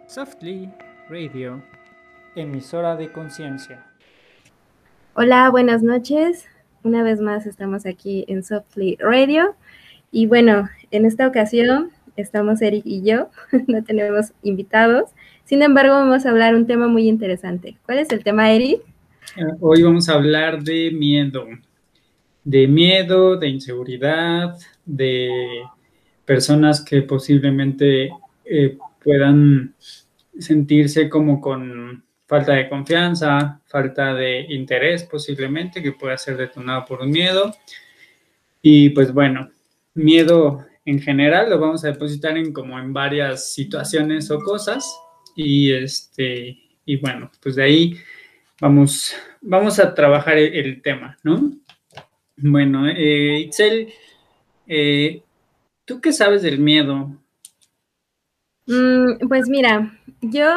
Softly Radio, emisora de conciencia. Hola, buenas noches. Una vez más estamos aquí en Softly Radio. Y bueno, en esta ocasión estamos Eric y yo, no tenemos invitados. Sin embargo, vamos a hablar un tema muy interesante. ¿Cuál es el tema, Eric? Hoy vamos a hablar de miedo, de inseguridad, de personas que posiblemente puedan sentirse como con falta de confianza, falta de interés posiblemente, que pueda ser detonado por un miedo. Y pues bueno, miedo en general lo vamos a depositar en varias situaciones o cosas. Y bueno, pues de ahí vamos a trabajar el tema, ¿no? Bueno, Itzel, ¿tú qué sabes del miedo? Pues mira, yo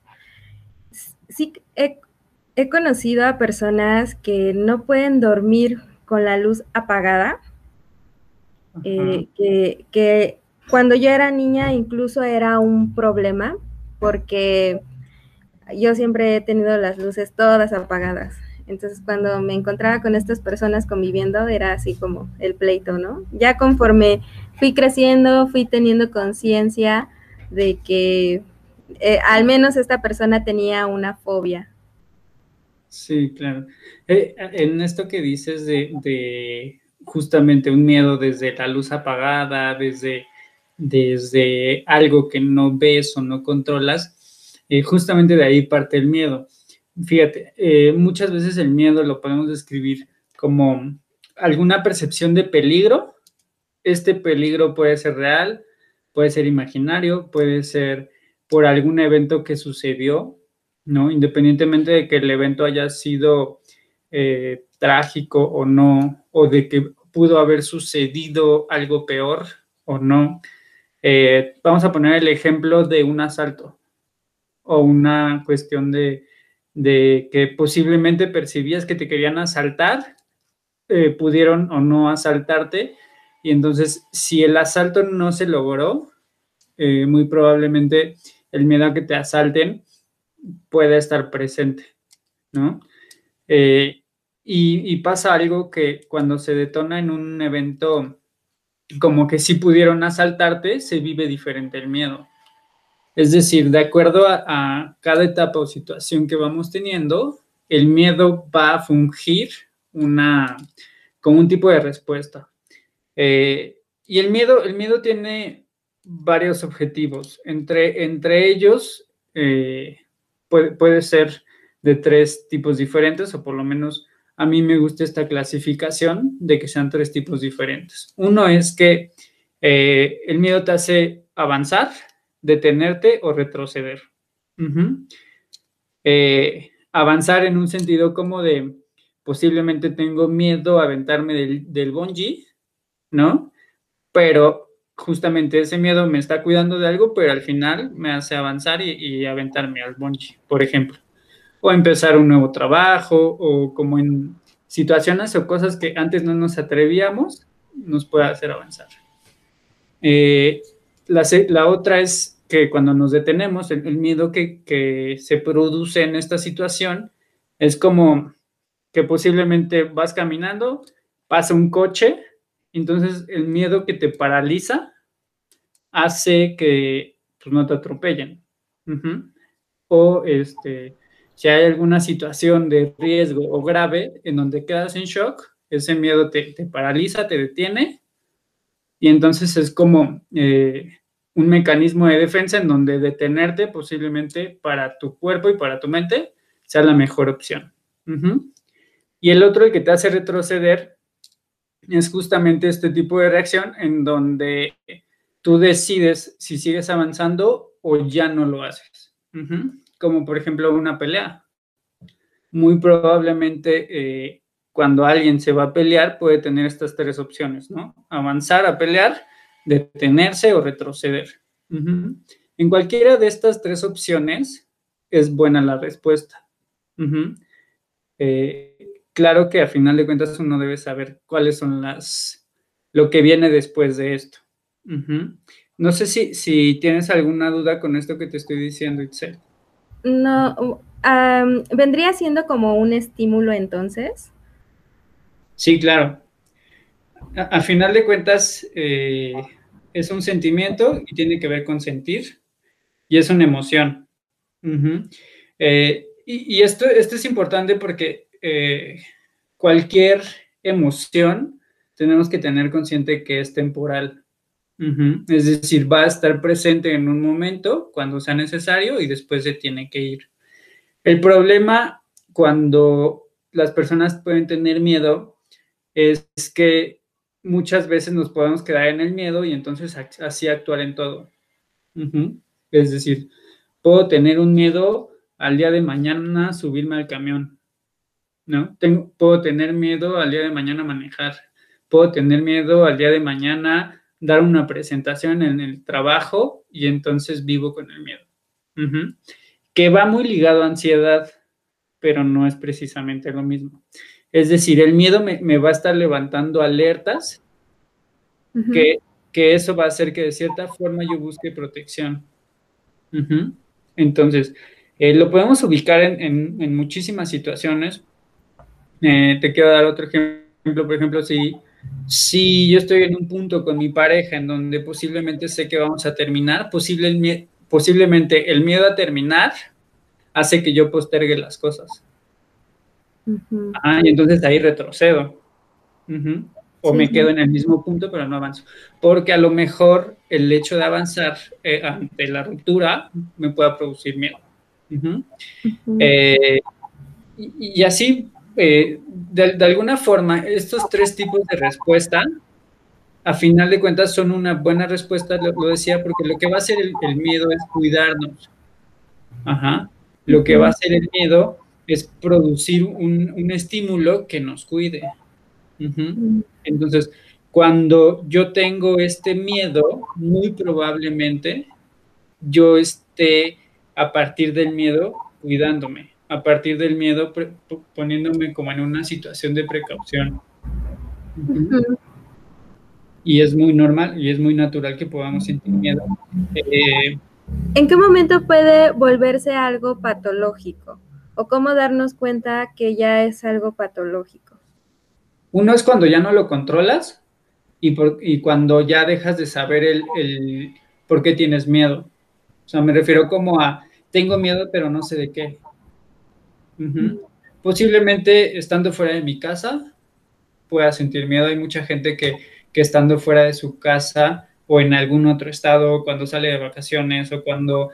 sí he conocido a personas que no pueden dormir con la luz apagada, que cuando yo era niña incluso era un problema porque yo siempre he tenido las luces todas apagadas. Entonces, cuando me encontraba con estas personas conviviendo, era así como el pleito, ¿no? Ya conforme fui creciendo, fui teniendo conciencia de que al menos esta persona tenía una fobia. Sí, claro. En esto que dices de justamente un miedo desde la luz apagada, desde algo que no ves o no controlas, justamente de ahí parte el miedo. Fíjate, muchas veces el miedo lo podemos describir como alguna percepción de peligro. Este peligro puede ser real, puede ser imaginario, puede ser por algún evento que sucedió, ¿no? Independientemente de que el evento haya sido trágico o no, o de que pudo haber sucedido algo peor o no. Vamos a poner el ejemplo de un asalto o una cuestión de que posiblemente percibías que te querían asaltar, pudieron o no asaltarte, y entonces si el asalto no se logró, muy probablemente el miedo a que te asalten puede estar presente, ¿no? Y pasa algo que cuando se detona en un evento como que sí pudieron asaltarte, se vive diferente el miedo. Es decir, de acuerdo a cada etapa o situación que vamos teniendo, el miedo va a fungir como un tipo de respuesta. Y el miedo tiene varios objetivos. Entre ellos, puede ser de tres tipos diferentes, o por lo menos a mí me gusta esta clasificación de que sean tres tipos diferentes. Uno es que el miedo te hace avanzar, detenerte o retroceder. Avanzar en un sentido como de posiblemente tengo miedo a aventarme del bungee, ¿no? Pero justamente ese miedo me está cuidando de algo, pero al final me hace avanzar y aventarme al bungee, por ejemplo. O empezar un nuevo trabajo, o como en situaciones o cosas que antes no nos atrevíamos, nos puede hacer avanzar. Eh, la otra es que cuando nos detenemos, el miedo que se produce en esta situación es como que posiblemente vas caminando, pasa un coche, entonces el miedo que te paraliza hace que pues, no te atropellen. O si hay alguna situación de riesgo o grave en donde quedas en shock, ese miedo te paraliza, te detiene, y entonces es como un mecanismo de defensa en donde detenerte posiblemente para tu cuerpo y para tu mente sea la mejor opción. Y el otro, el que te hace retroceder, es justamente este tipo de reacción en donde tú decides si sigues avanzando o ya no lo haces. Como por ejemplo una pelea. Muy probablemente cuando alguien se va a pelear puede tener estas tres opciones, ¿no? Avanzar a pelear, detenerse o retroceder. En cualquiera de estas tres opciones es buena la respuesta. Claro que a final de cuentas uno debe saber cuáles son lo que viene después de esto. No sé si tienes alguna duda con esto que te estoy diciendo, Itzel. No, vendría siendo como un estímulo entonces. Sí, claro. A final de cuentas, es un sentimiento y tiene que ver con sentir y es una emoción. Ujú. Y esto es importante porque cualquier emoción tenemos que tener consciente que es temporal. Ujú. Es decir, va a estar presente en un momento cuando sea necesario y después se tiene que ir. El problema cuando las personas pueden tener miedo es que muchas veces nos podemos quedar en el miedo y entonces así actuar en todo. Ujú. Es decir, puedo tener un miedo al día de mañana subirme al camión, ¿no? Puedo tener miedo al día de mañana manejar, puedo tener miedo al día de mañana dar una presentación en el trabajo y entonces vivo con el miedo. Ujú. Que va muy ligado a ansiedad, pero no es precisamente lo mismo. Es decir, el miedo me va a estar levantando alertas Ujú. que, que eso va a hacer que de cierta forma yo busque protección. Ujú. Entonces, lo podemos ubicar en muchísimas situaciones. Te quiero dar otro ejemplo, por ejemplo, si yo estoy en un punto con mi pareja en donde posiblemente sé que vamos a terminar, posiblemente el miedo a terminar hace que yo postergue las cosas. Ujú. Y entonces ahí retrocedo. Ujú. O Sí, me quedo sí. en el mismo punto, pero no avanzo. Porque a lo mejor el hecho de avanzar ante la ruptura me pueda producir miedo. Ujú. Ujú. Eh, y así, de alguna forma, estos tres tipos de respuesta, a final de cuentas, son una buena respuesta, lo decía, porque lo que va a hacer el miedo es cuidarnos. Ajá. Lo que va a Ujú. hacer el miedo es producir un estímulo que nos cuide. Ujú. Mm. Entonces, cuando yo tengo este miedo, muy probablemente yo esté a partir del miedo cuidándome, a partir del miedo poniéndome como en una situación de precaución. Ujú. Ujú. Y es muy normal y es muy natural que podamos sentir miedo. Eh, ¿En qué momento puede volverse algo patológico? ¿O cómo darnos cuenta que ya es algo patológico? Uno es cuando ya no lo controlas y cuando ya dejas de saber el por qué tienes miedo. O sea, me refiero como a, tengo miedo, pero no sé de qué. Ujú. Posiblemente estando fuera de mi casa pueda sentir miedo. Hay mucha gente que estando fuera de su casa o en algún otro estado, cuando sale de vacaciones o cuando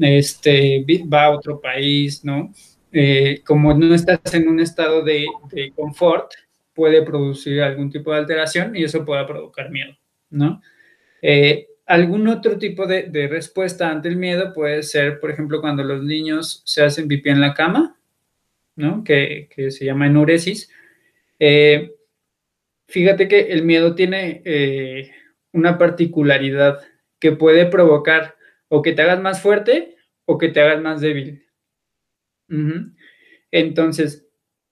va a otro país, ¿no? Como no estás en un estado de confort, puede producir algún tipo de alteración y eso puede provocar miedo, ¿no? Algún otro tipo de respuesta ante el miedo puede ser, por ejemplo, cuando los niños se hacen pipí en la cama, ¿no? Que se llama enuresis. Eh, Fíjate que el miedo tiene una particularidad que puede provocar o que te hagas más fuerte o que te hagas más débil. Ujú. Entonces,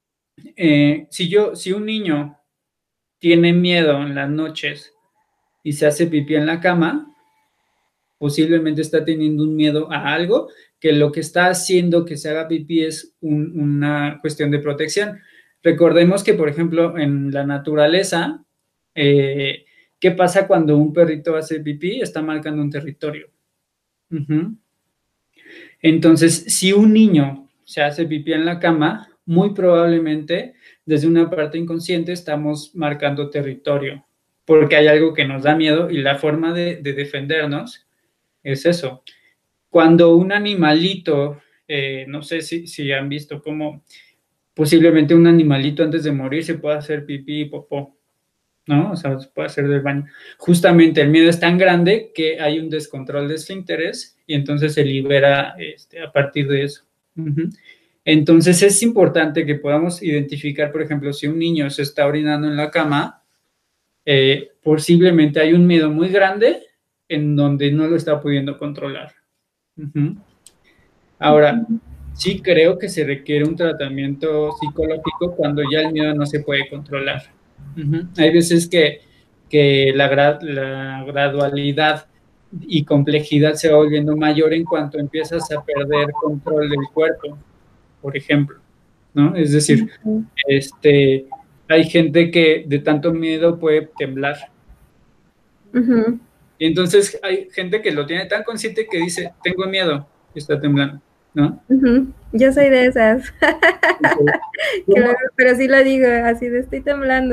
si un niño tiene miedo en las noches y se hace pipí en la cama, posiblemente está teniendo un miedo a algo que lo que está haciendo que se haga pipí es una cuestión de protección. Recordemos que, por ejemplo, en la naturaleza, eh, ¿qué pasa cuando un perrito hace pipí? Está marcando un territorio. Ujú. Entonces, si un niño se hace pipí en la cama, muy probablemente desde una parte inconsciente estamos marcando territorio, porque hay algo que nos da miedo y la forma de defendernos es eso. Cuando un animalito, no sé si han visto cómo posiblemente un animalito antes de morir se puede hacer pipí y popó, ¿no? O sea, se puede hacer del baño. Justamente el miedo es tan grande que hay un descontrol de esfínteres y entonces se libera a partir de eso. Uh-huh. Entonces es importante que podamos identificar, por ejemplo, si un niño se está orinando en la cama, posiblemente hay un miedo muy grande en donde no lo está pudiendo controlar. Uh-huh. Ahora, sí creo que se requiere un tratamiento psicológico cuando ya el miedo no se puede controlar. Ujú. Hay veces que la gradualidad y complejidad se va volviendo mayor en cuanto empiezas a perder control del cuerpo, por ejemplo, ¿no? Es decir, Ujú. hay gente que de tanto miedo puede temblar. Ujú. Y entonces hay gente que lo tiene tan consciente que dice, tengo miedo, y está temblando, ¿no? Ujú. Yo soy de esas. ¿Cómo? Pero sí lo digo, así de estoy temblando.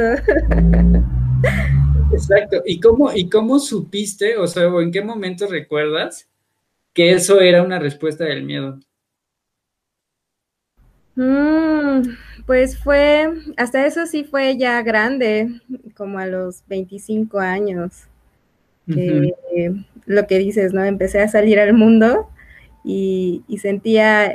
Exacto. Y cómo supiste, o sea, o en qué momento recuerdas que eso era una respuesta del miedo? Pues fue, hasta eso sí fue ya grande, como a los 25 años, Ujú. que lo que dices, ¿no? Empecé a salir al mundo y sentía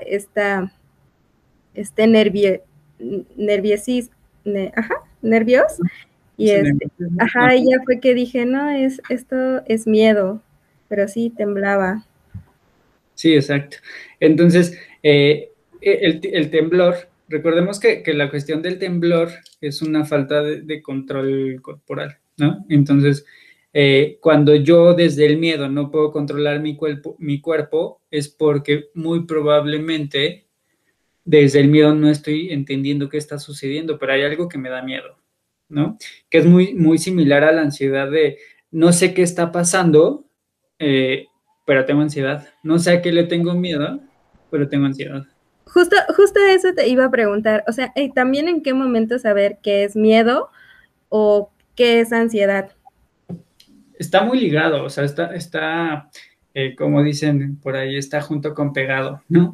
este nerviosis, ajá, nervios, y Sí, nerviosismo. ajá, y ya fue que dije, no, esto es miedo, pero sí temblaba. Sí, exacto. Entonces, el temblor, recordemos que la cuestión del temblor es una falta de control corporal, ¿no? Entonces, cuando yo desde el miedo no puedo controlar mi cuerpo, es porque muy probablemente desde el miedo no estoy entendiendo qué está sucediendo, pero hay algo que me da miedo, ¿no? Que es muy, muy similar a la ansiedad de no sé qué está pasando, eh, pero tengo ansiedad. No sé a qué le tengo miedo, pero tengo ansiedad. Justo eso te iba a preguntar, o sea, también en qué momento saber qué es miedo o qué es ansiedad. Está muy ligado, o sea, como dicen por ahí, está junto con pegado, ¿no?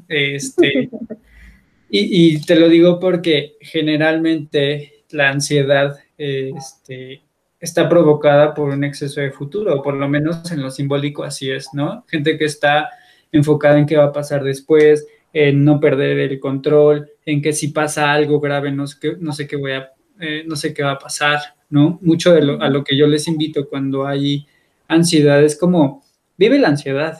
Y te lo digo porque generalmente la ansiedad está provocada por un exceso de futuro, o por lo menos en lo simbólico así es, ¿no? Gente que está enfocada en qué va a pasar después, en no perder el control, en que si pasa algo grave no sé qué va a pasar, ¿no? Mucho a lo que yo les invito cuando hay ansiedad es como, vive la ansiedad,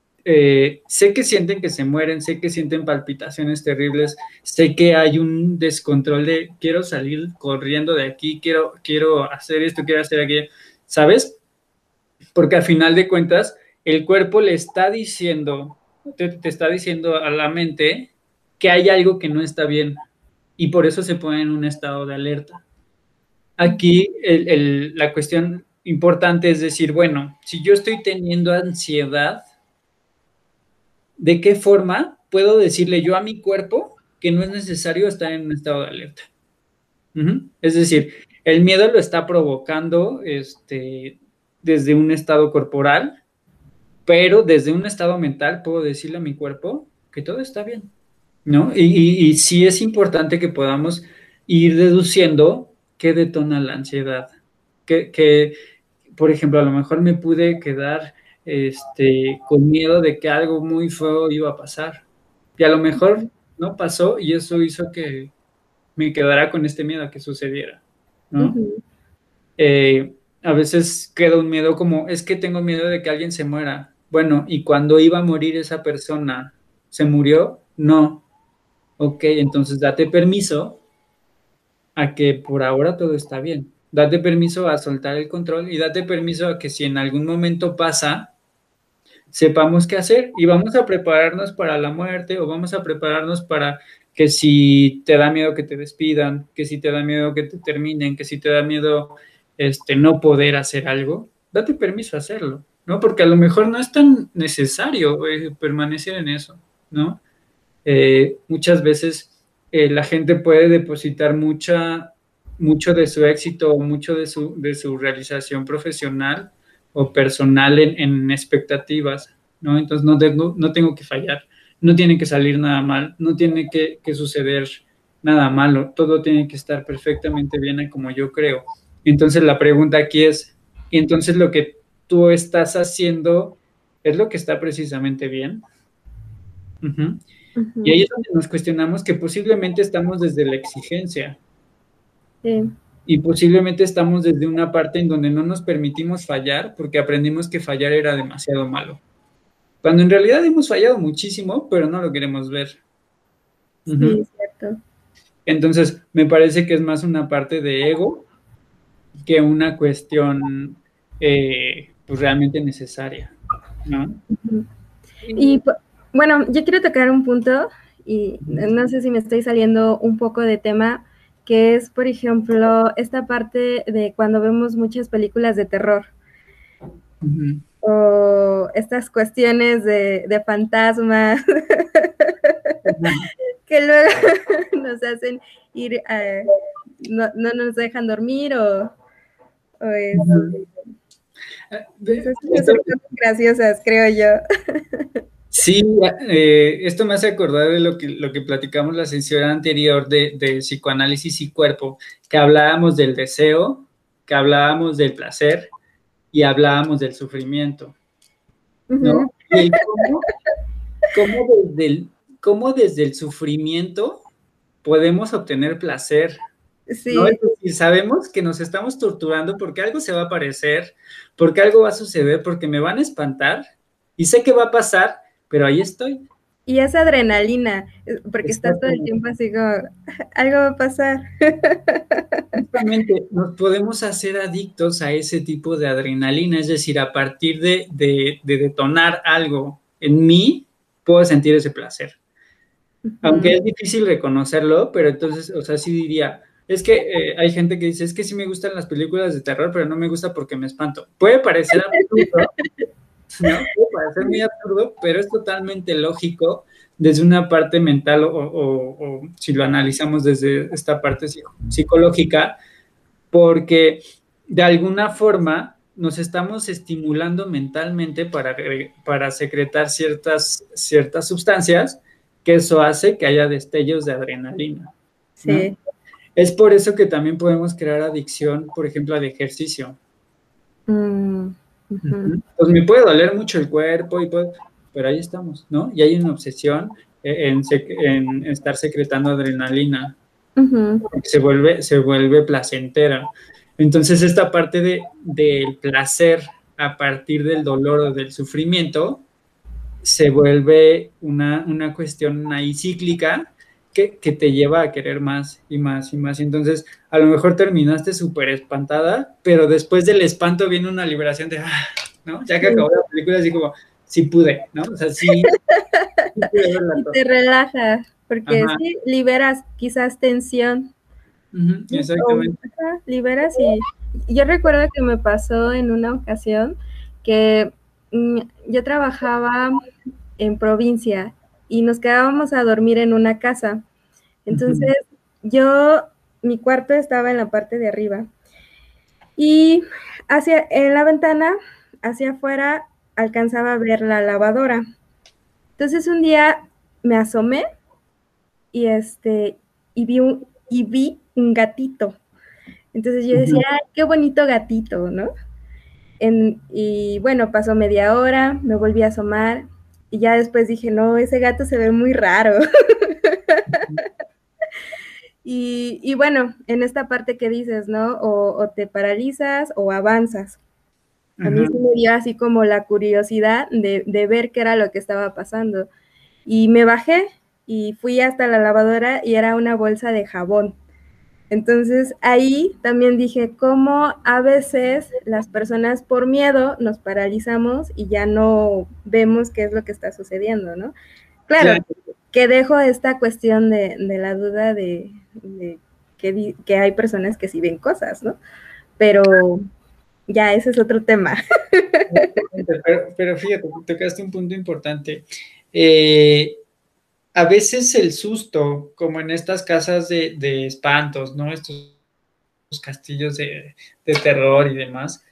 sé que sienten que se mueren, sé que sienten palpitaciones terribles, sé que hay un descontrol de quiero salir corriendo de aquí, quiero hacer esto, quiero hacer aquello, ¿sabes? Porque al final de cuentas, el cuerpo le está diciendo, te está diciendo a la mente que hay algo que no está bien y por eso se pone en un estado de alerta. Aquí la cuestión importante es decir, bueno, si yo estoy teniendo ansiedad, ¿de qué forma puedo decirle yo a mi cuerpo que no es necesario estar en un estado de alerta? Ujú. Es decir, el miedo lo está provocando desde un estado corporal, pero desde un estado mental puedo decirle a mi cuerpo que todo está bien, ¿no? Y sí es importante que podamos ir deduciendo qué detona la ansiedad, que, por ejemplo, a lo mejor me pude quedar con miedo de que algo muy feo iba a pasar. Y a lo mejor no pasó y eso hizo que me quedara con este miedo a que sucediera, ¿no? Ujú. A veces queda un miedo como, es que tengo miedo de que alguien se muera. Bueno, ¿y cuando iba a morir esa persona, se murió? No. Ok, entonces date permiso a que por ahora todo está bien. Date permiso a soltar el control y date permiso a que si en algún momento pasa, sepamos qué hacer y vamos a prepararnos para la muerte o vamos a prepararnos para que si te da miedo que te despidan, que si te da miedo que te terminen, que si te da miedo no poder hacer algo, date permiso a hacerlo, ¿no? Porque a lo mejor no es tan necesario permanecer en eso, ¿no? Muchas veces la gente puede depositar mucho de su éxito o mucho de su realización profesional o personal en expectativas, ¿no? Entonces no tengo que fallar, no tiene que salir nada mal, no tiene que suceder nada malo, todo tiene que estar perfectamente bien a como yo creo. Entonces la pregunta aquí es, ¿y entonces lo que tú estás haciendo es lo que está precisamente bien? Ujú. Y Ujú. ahí es donde nos cuestionamos que posiblemente estamos desde la exigencia Sí. y posiblemente estamos desde una parte en donde no nos permitimos fallar porque aprendimos que fallar era demasiado malo. Cuando en realidad hemos fallado muchísimo, pero no lo queremos ver. Ujú. Sí, cierto. Entonces, me parece que es más una parte de ego que una cuestión pues realmente necesaria. ¿no? Y bueno, yo quiero tocar un punto, y no sé si me estoy saliendo un poco de tema, que es, por ejemplo, esta parte de cuando vemos muchas películas de terror. O estas cuestiones de fantasmas que luego nos hacen ir no nos dejan dormir esas cosas graciosas, creo yo. Sí, esto me hace acordar de lo que platicamos la sesión anterior de psicoanálisis y cuerpo, que hablábamos del deseo, que hablábamos del placer y hablábamos del sufrimiento, ¿no? Y el cómo desde el sufrimiento podemos obtener placer, ¿no? Sí. Es decir, sabemos que nos estamos torturando porque algo se va a aparecer, porque algo va a suceder, porque me van a espantar y sé que va a pasar, pero ahí estoy. Y esa adrenalina, porque estás todo el tiempo así como, algo va a pasar. Justamente nos podemos hacer adictos a ese tipo de adrenalina, es decir, a partir de detonar algo en mí, puedo sentir ese placer. Aunque es difícil reconocerlo, pero entonces, o sea, sí diría, es que hay gente que dice, es que sí me gustan las películas de terror, pero no me gusta porque me espanto. Puede parecer absurdo, ¿no? Puede parecer muy absurdo, pero es totalmente lógico desde una parte mental o si lo analizamos desde esta parte psicológica, porque de alguna forma nos estamos estimulando mentalmente para secretar ciertas sustancias, que eso hace que haya destellos de adrenalina, ¿no? Sí. Es por eso que también podemos crear adicción, por ejemplo, al ejercicio. Pues me puede doler mucho el cuerpo, pero ahí estamos, ¿no? Y hay una obsesión en estar secretando adrenalina, porque se vuelve placentera. Entonces, esta parte del placer a partir del dolor o del sufrimiento se vuelve una cuestión ahí cíclica que te lleva a querer más y más y más. Entonces, a lo mejor terminaste súper espantada, pero después del espanto viene una liberación de, ¿no? Ya que acabó la película, así como, sí pude, ¿no? O sea, sí pude verla Y toda. te relaja, porque Ajá. sí liberas quizás tensión. Exactamente. Liberas y yo recuerdo que me pasó en una ocasión que yo trabajaba en provincia y nos quedábamos a dormir en una casa. Entonces, mi cuarto estaba en la parte de arriba y en la ventana, hacia afuera, alcanzaba a ver la lavadora. Entonces, un día me asomé y vi un gatito. Entonces yo decía, ay, qué bonito gatito, ¿no? Y bueno, pasó media hora, me volví a asomar y ya después dije, no, ese gato se ve muy raro. Y bueno, en esta parte que dices, ¿no? O te paralizas o avanzas. A mí sí me dio así como la curiosidad de ver qué era lo que estaba pasando. Y me bajé y fui hasta la lavadora y era una bolsa de jabón. Entonces ahí también dije cómo a veces las personas por miedo nos paralizamos y ya no vemos qué es lo que está sucediendo, ¿no? Claro, que dejo esta cuestión de la duda de que hay personas que sí ven cosas, ¿no? Pero ya ese es otro tema. Pero fíjate, tocaste un punto importante. A veces el susto, como en estas casas de espantos, ¿no? Estos castillos de terror y demás,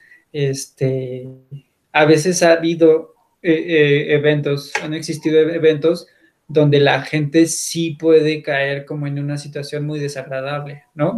a veces ha habido eventos, han existido eventos donde la gente sí puede caer como en una situación muy desagradable, ¿no?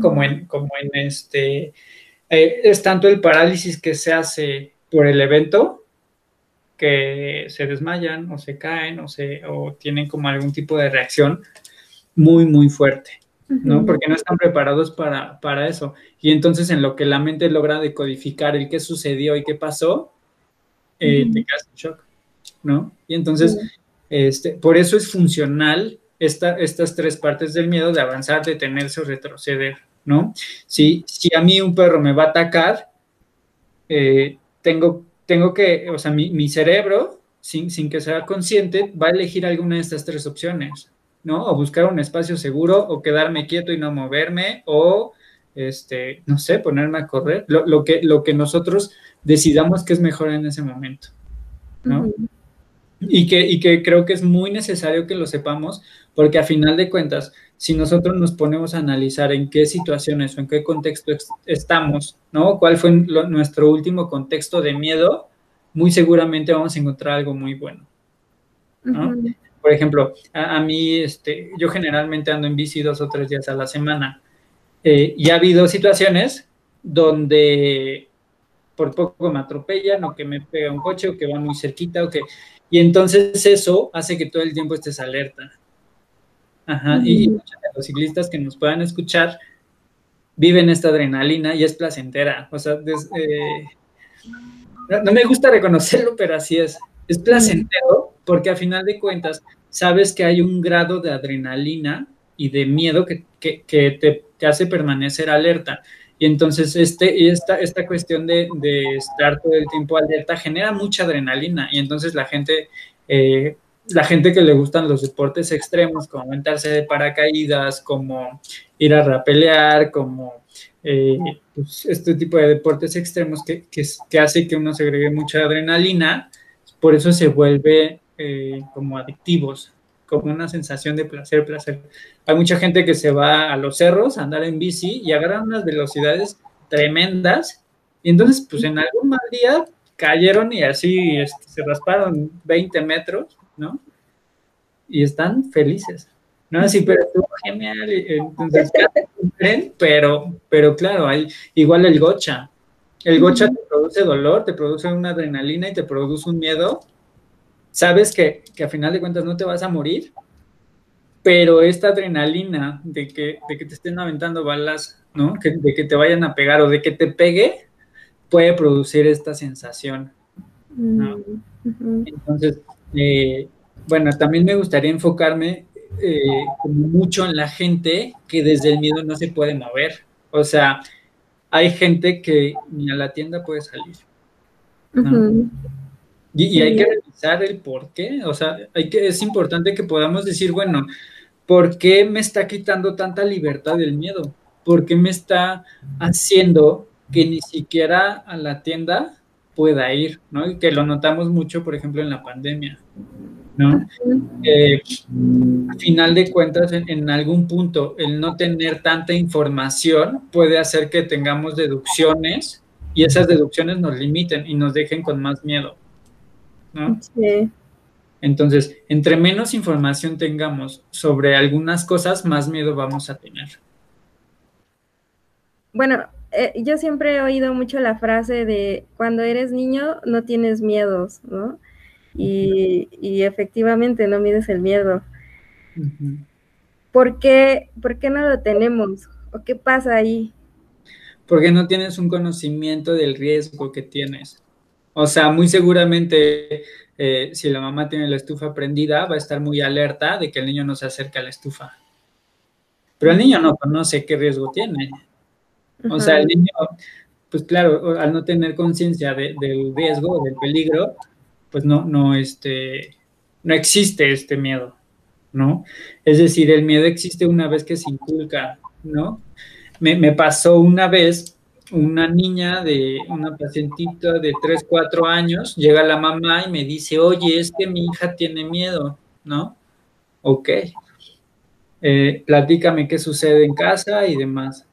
Es tanto el parálisis que se hace por el evento, que se desmayan o se caen o tienen como algún tipo de reacción muy, muy fuerte, ¿no? Porque no están preparados para eso. Y entonces en lo que la mente logra decodificar el qué sucedió y qué pasó, te quedas en shock, ¿no? Y entonces, por eso es funcional estas tres partes del miedo de avanzar, detenerse o retroceder, ¿no? Si a mí un perro me va a atacar, tengo que, o sea, mi cerebro sin que sea consciente, va a elegir alguna de estas tres opciones, ¿no? O buscar un espacio seguro, o quedarme quieto y no moverme, o, no sé, ponerme a correr, lo que nosotros decidamos que es mejor en ese momento, ¿no? Ujú. Y que creo que es muy necesario que lo sepamos, porque a final de cuentas, si nosotros nos ponemos a analizar en qué situaciones o en qué contexto estamos, ¿no? ¿Cuál fue nuestro último contexto de miedo? Muy seguramente vamos a encontrar algo muy bueno, ¿no? Ujú. Por ejemplo, a mí, yo generalmente ando en bici 2 o 3 días a la semana, y ha habido situaciones donde por poco me atropellan, o que me pega un coche, o que va muy cerquita, y entonces eso hace que todo el tiempo estés alerta. Ajá, y Ujú. muchos de los ciclistas que nos puedan escuchar viven esta adrenalina y es placentera. O sea, no me gusta reconocerlo, pero así es. Es Ujú. placentero porque a final de cuentas sabes que hay un grado de adrenalina y de miedo que te hace permanecer alerta. Y entonces esta cuestión de estar todo el tiempo alerta genera mucha adrenalina. Y entonces la gente que le gustan los deportes extremos, como aventarse de paracaídas, como ir a rapelear, como eh, pues, este tipo de deportes extremos que hace que uno segregue mucha adrenalina, por eso se vuelve como adictivos, como una sensación de placer, placer. Hay mucha gente que se va a los cerros a andar en bici y agarran unas velocidades tremendas, y entonces pues en algún mal día cayeron y así se rasparon 20 metros, ¿no? Y están felices. No, sí, pero estuvo genial. Entonces, pero claro, hay igual el gocha. El gocha Ujú. te produce dolor, te produce una adrenalina y te produce un miedo. Sabes que a final de cuentas no te vas a morir, pero esta adrenalina de que te estén aventando balas, ¿no? De que te vayan a pegar o de que te pegue, puede producir esta sensación, ¿no? Mm. Ujú. Entonces, bueno, también me gustaría enfocarme como mucho en la gente que desde el miedo no se puede mover. O sea, hay gente que ni a la tienda puede salir, ¿no? Ujú. Y hay que Sí. revisar el por qué. O sea, es importante que podamos decir, bueno, ¿por qué me está quitando tanta libertad del miedo? ¿Por qué me está haciendo que ni siquiera a la tienda pueda ir, ¿no? Y que lo notamos mucho, por ejemplo, en la pandemia, ¿no? Ujú. Eh, a final de cuentas, en algún punto, el no tener tanta información puede hacer que tengamos deducciones, y esas deducciones nos limiten y nos dejen con más miedo, ¿no? Sí. Entonces, entre menos información tengamos sobre algunas cosas, más miedo vamos a tener. Bueno, yo siempre he oído mucho la frase de cuando eres niño no tienes miedos, ¿no? Y efectivamente no mides el miedo. Ujú. Por qué no lo tenemos? ¿O qué pasa ahí? Porque no tienes un conocimiento del riesgo que tienes. O sea, muy seguramente, si la mamá tiene la estufa prendida, va a estar muy alerta de que el niño no se acerque a la estufa. Pero el niño no conoce qué riesgo tiene. O sea, el Ujú. niño, pues claro, al no tener conciencia del riesgo, del peligro, pues no existe este miedo, ¿no? Es decir, el miedo existe una vez que se inculca, ¿no? Me pasó una vez, una pacientita de 3 4 años, llega la mamá y me dice, oye, es que mi hija tiene miedo, ¿no? Ok, platícame qué sucede en casa y demás.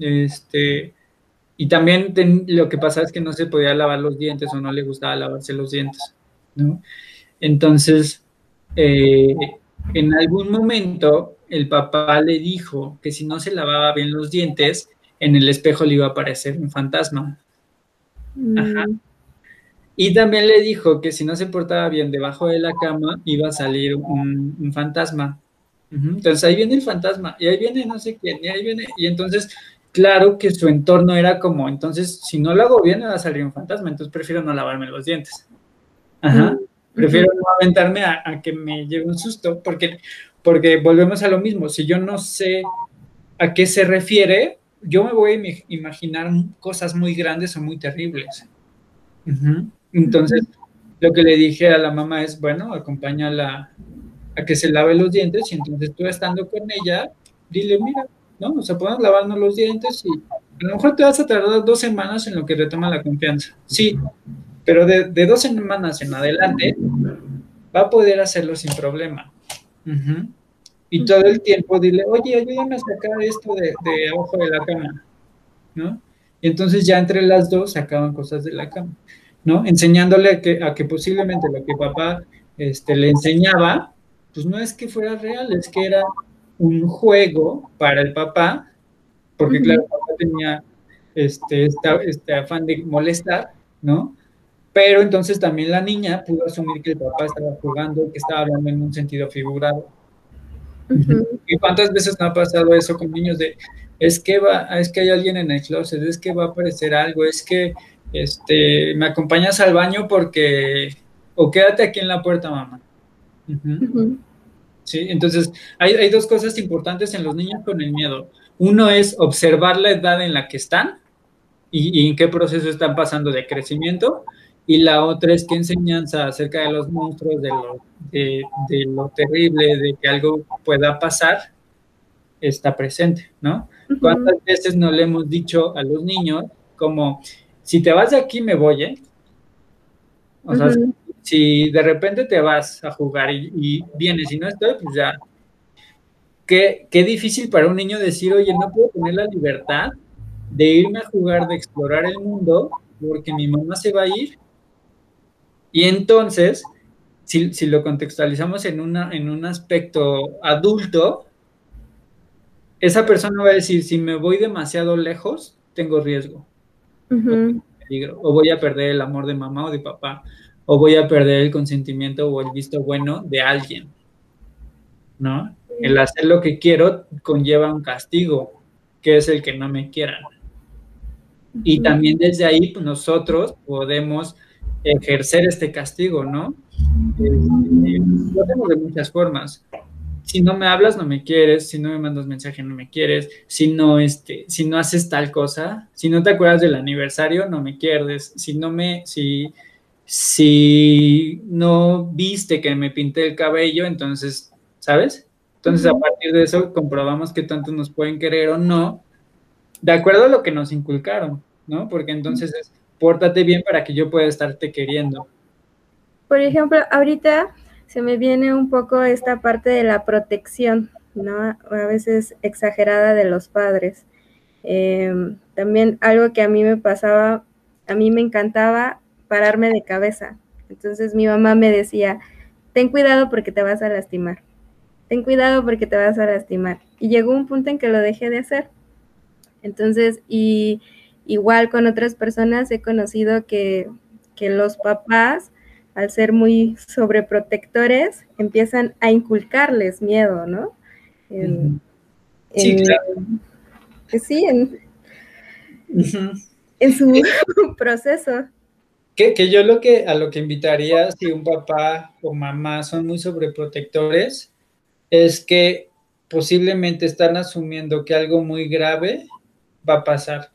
Y también lo que pasaba es que no se podía lavar los dientes, o no le gustaba lavarse los dientes, ¿no? Entonces, eh, en algún momento el papá le dijo que si no se lavaba bien los dientes, en el espejo le iba a aparecer un fantasma. Ajá. Mm. Y también le dijo que si no se portaba bien debajo de la cama, iba a salir un fantasma. Ujú. Entonces ahí viene el fantasma, y ahí viene no sé quién, y ahí viene. Y entonces, claro que su entorno era como, entonces, si no lo hago bien, me va a salir un fantasma, entonces prefiero no lavarme los dientes. Ajá. Mm. Ujú. Prefiero no aventarme a que me lleve un susto, porque volvemos a lo mismo. Si yo no sé a qué se refiere, yo me voy a imaginar cosas muy grandes o muy terribles. Ujú. Entonces, Ujú. lo que le dije a la mamá es, bueno, acompáñala a que se lave los dientes y entonces tú estando con ella, dile, mira, ¿no? O sea, podemos lavarnos los dientes y a lo mejor te vas a tardar 2 semanas en lo que retoma la confianza. Sí, pero de 2 semanas en adelante va a poder hacerlo sin problema. Uh-huh. Y todo el tiempo dile, oye, ayúdame a sacar esto de abajo de la cama, ¿no? Y entonces ya entre las dos sacaban cosas de la cama, ¿no? Enseñándole a que posiblemente lo que papá le enseñaba, pues no es que fuera real, es que era un juego para el papá, porque claro, el papá tenía este afán de molestar, ¿no? Pero entonces también la niña pudo asumir que el papá estaba jugando, que estaba hablando en un sentido figurado. ¿Y cuántas veces no ha pasado eso con niños de, es que hay alguien en el closet, es que va a aparecer algo, es que me acompañas al baño porque, o quédate aquí en la puerta, mamá? Sí, entonces hay dos cosas importantes en los niños con el miedo. Uno es observar la edad en la que están y en qué proceso están pasando de crecimiento. Y la otra es qué enseñanza acerca de los monstruos, de lo terrible, de que algo pueda pasar, está presente, ¿no? ¿Cuántas veces no le hemos dicho a los niños como, si te vas de aquí me voy, ¿eh? O sea, si de repente te vas a jugar y vienes y no estoy, pues ya. Qué difícil para un niño decir, oye, no puedo tener la libertad de irme a jugar, de explorar el mundo, porque mi mamá se va a ir. Y entonces, si lo contextualizamos en un aspecto adulto, esa persona va a decir, si me voy demasiado lejos, tengo riesgo, o tengo peligro, o voy a perder el amor de mamá o de papá, o voy a perder el consentimiento o el visto bueno de alguien, ¿no? El hacer lo que quiero conlleva un castigo, que es el que no me quieran. Y también desde ahí pues, nosotros podemos ejercer este castigo, ¿no? Lo hacemos de muchas formas. Si no me hablas, no me quieres. Si no me mandas mensaje, no me quieres. Si no haces tal cosa, si no te acuerdas del aniversario, no me quieres. Si no viste que me pinté el cabello, entonces, ¿sabes? Entonces, a partir de eso, comprobamos que tanto nos pueden querer o no, de acuerdo a lo que nos inculcaron, ¿no? Porque entonces es, pórtate bien para que yo pueda estarte queriendo. Por ejemplo, ahorita se me viene un poco esta parte de la protección, ¿no? A veces exagerada de los padres. También algo que a mí me pasaba, a mí me encantaba pararme de cabeza. Entonces mi mamá me decía, ten cuidado porque te vas a lastimar. Ten cuidado porque te vas a lastimar. Y llegó un punto en que lo dejé de hacer. Entonces, y igual con otras personas he conocido que los papás, al ser muy sobreprotectores, empiezan a inculcarles miedo, ¿no? Sí, claro. Pues sí, en su proceso. Que yo a lo que invitaría, si un papá o mamá son muy sobreprotectores, es que posiblemente están asumiendo que algo muy grave va a pasar.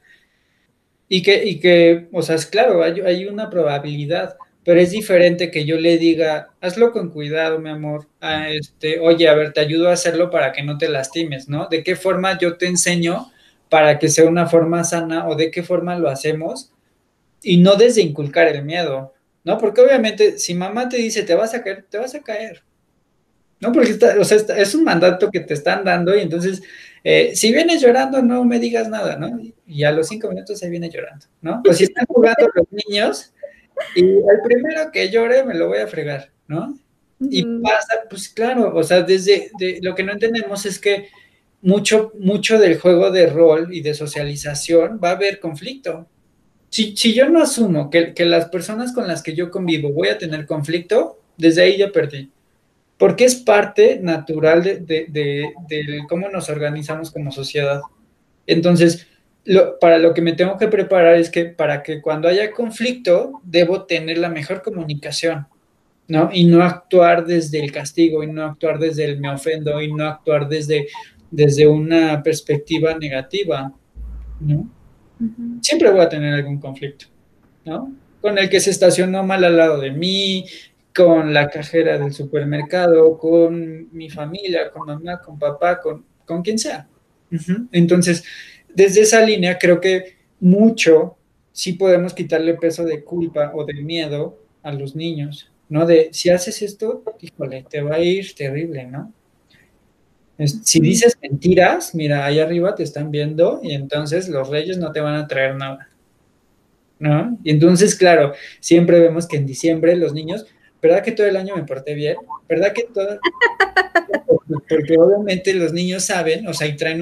O sea, es claro, hay una probabilidad, pero es diferente que yo le diga, hazlo con cuidado, mi amor, oye, a ver, te ayudo a hacerlo para que no te lastimes, ¿no? ¿De qué forma yo te enseño para que sea una forma sana o de qué forma lo hacemos? Y no desde inculcar el miedo, ¿no? Porque obviamente si mamá te dice, te vas a caer, te vas a caer, ¿no? Porque es un mandato que te están dando y entonces, si vienes llorando, no me digas nada, ¿no? Y a los 5 minutos se viene llorando, ¿no? O si están jugando los niños y el primero que llore me lo voy a fregar, ¿no? Y pasa, pues claro, o sea, lo que no entendemos es que mucho del juego de rol y de socialización va a haber conflicto. Si yo no asumo que las personas con las que yo convivo voy a tener conflicto, desde ahí ya perdí. Porque es parte natural de cómo nos organizamos como sociedad. Entonces, para lo que me tengo que preparar es que para que cuando haya conflicto, debo tener la mejor comunicación, ¿no? Y no actuar desde el castigo, y no actuar desde el me ofendo, y no actuar desde una perspectiva negativa, ¿no? Siempre voy a tener algún conflicto, ¿no? con el que se estacionó mal al lado de mí, con la cajera del supermercado, con mi familia, con mamá, con papá, con quien sea. Entonces, desde esa línea creo que mucho sí podemos quitarle peso de culpa o de miedo a los niños, ¿no? De si haces esto, híjole, te va a ir terrible, ¿no? Si dices mentiras, mira, ahí arriba te están viendo y entonces los reyes no te van a traer nada, ¿no? Y entonces, claro, siempre vemos que en diciembre los niños, ¿verdad que todo el año me porté bien? ¿Verdad que todo? Porque obviamente los niños saben, o sea, y traen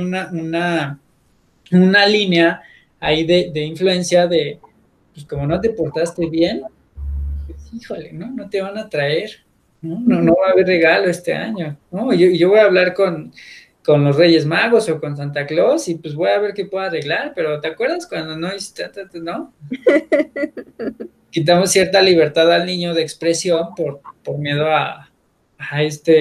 una línea ahí de influencia de, pues como no te portaste bien, pues híjole, ¿no? No te van a traer, ¿no? No, no va a haber regalo este año, ¿no? Yo voy a hablar con los Reyes Magos o con Santa Claus y pues voy a ver qué puedo arreglar, pero ¿te acuerdas cuando no hiciste, no? Quitamos cierta libertad al niño de expresión por miedo a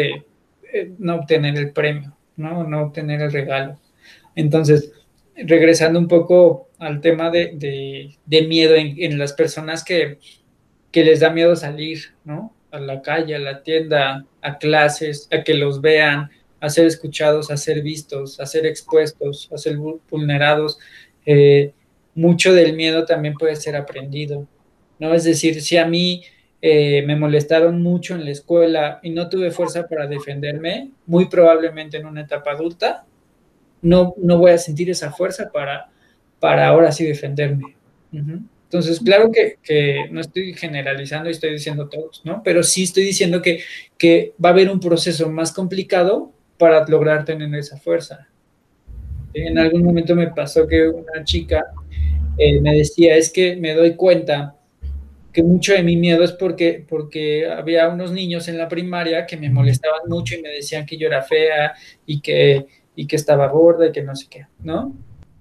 no obtener el premio, ¿no? No obtener el regalo. Entonces, regresando un poco al tema de miedo en las personas que les da miedo salir, ¿no? A la calle, a la tienda, a clases, a que los vean, a ser escuchados, a ser vistos, a ser expuestos, a ser vulnerados. Eh, Mucho del miedo también puede ser aprendido, ¿no? Es decir, si a mí me molestaron mucho en la escuela y no tuve fuerza para defenderme, muy probablemente en una etapa adulta, no voy a sentir esa fuerza para ahora sí defenderme. Entonces, claro que no estoy generalizando y estoy diciendo todos, ¿no? Pero sí estoy diciendo que va a haber un proceso más complicado para lograr tener esa fuerza. En algún momento me pasó que una chica me decía, es que me doy cuenta que mucho de mi miedo es porque había unos niños en la primaria que me molestaban mucho y me decían que yo era fea y que estaba gorda y que no sé qué, ¿no?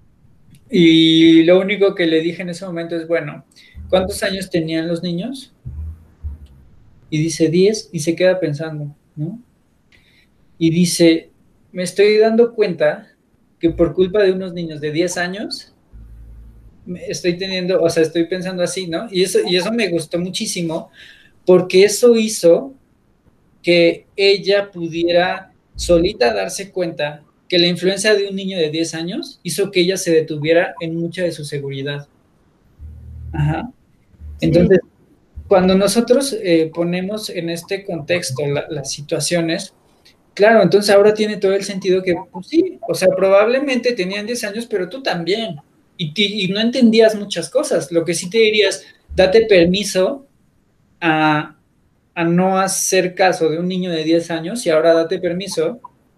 Y lo único que le dije en ese momento es, bueno, ¿cuántos años tenían los niños? Y dice 10 y se queda pensando, ¿no? Y dice, me estoy dando cuenta que por culpa de unos niños de 10 años, estoy teniendo, o sea, estoy pensando así, ¿no? Y eso me gustó muchísimo porque eso hizo que ella pudiera solita darse cuenta que la influencia de un niño de 10 años hizo que ella se detuviera en mucha de su seguridad. Ajá. Sí, Entonces, cuando nosotros ponemos en este contexto las situaciones, claro, entonces ahora tiene todo el sentido que, pues sí, o sea, probablemente tenían 10 años, pero tú también, y no entendías muchas cosas. Lo que sí te dirías, date permiso a, a no hacer caso de un niño de 10 años y ahora date permiso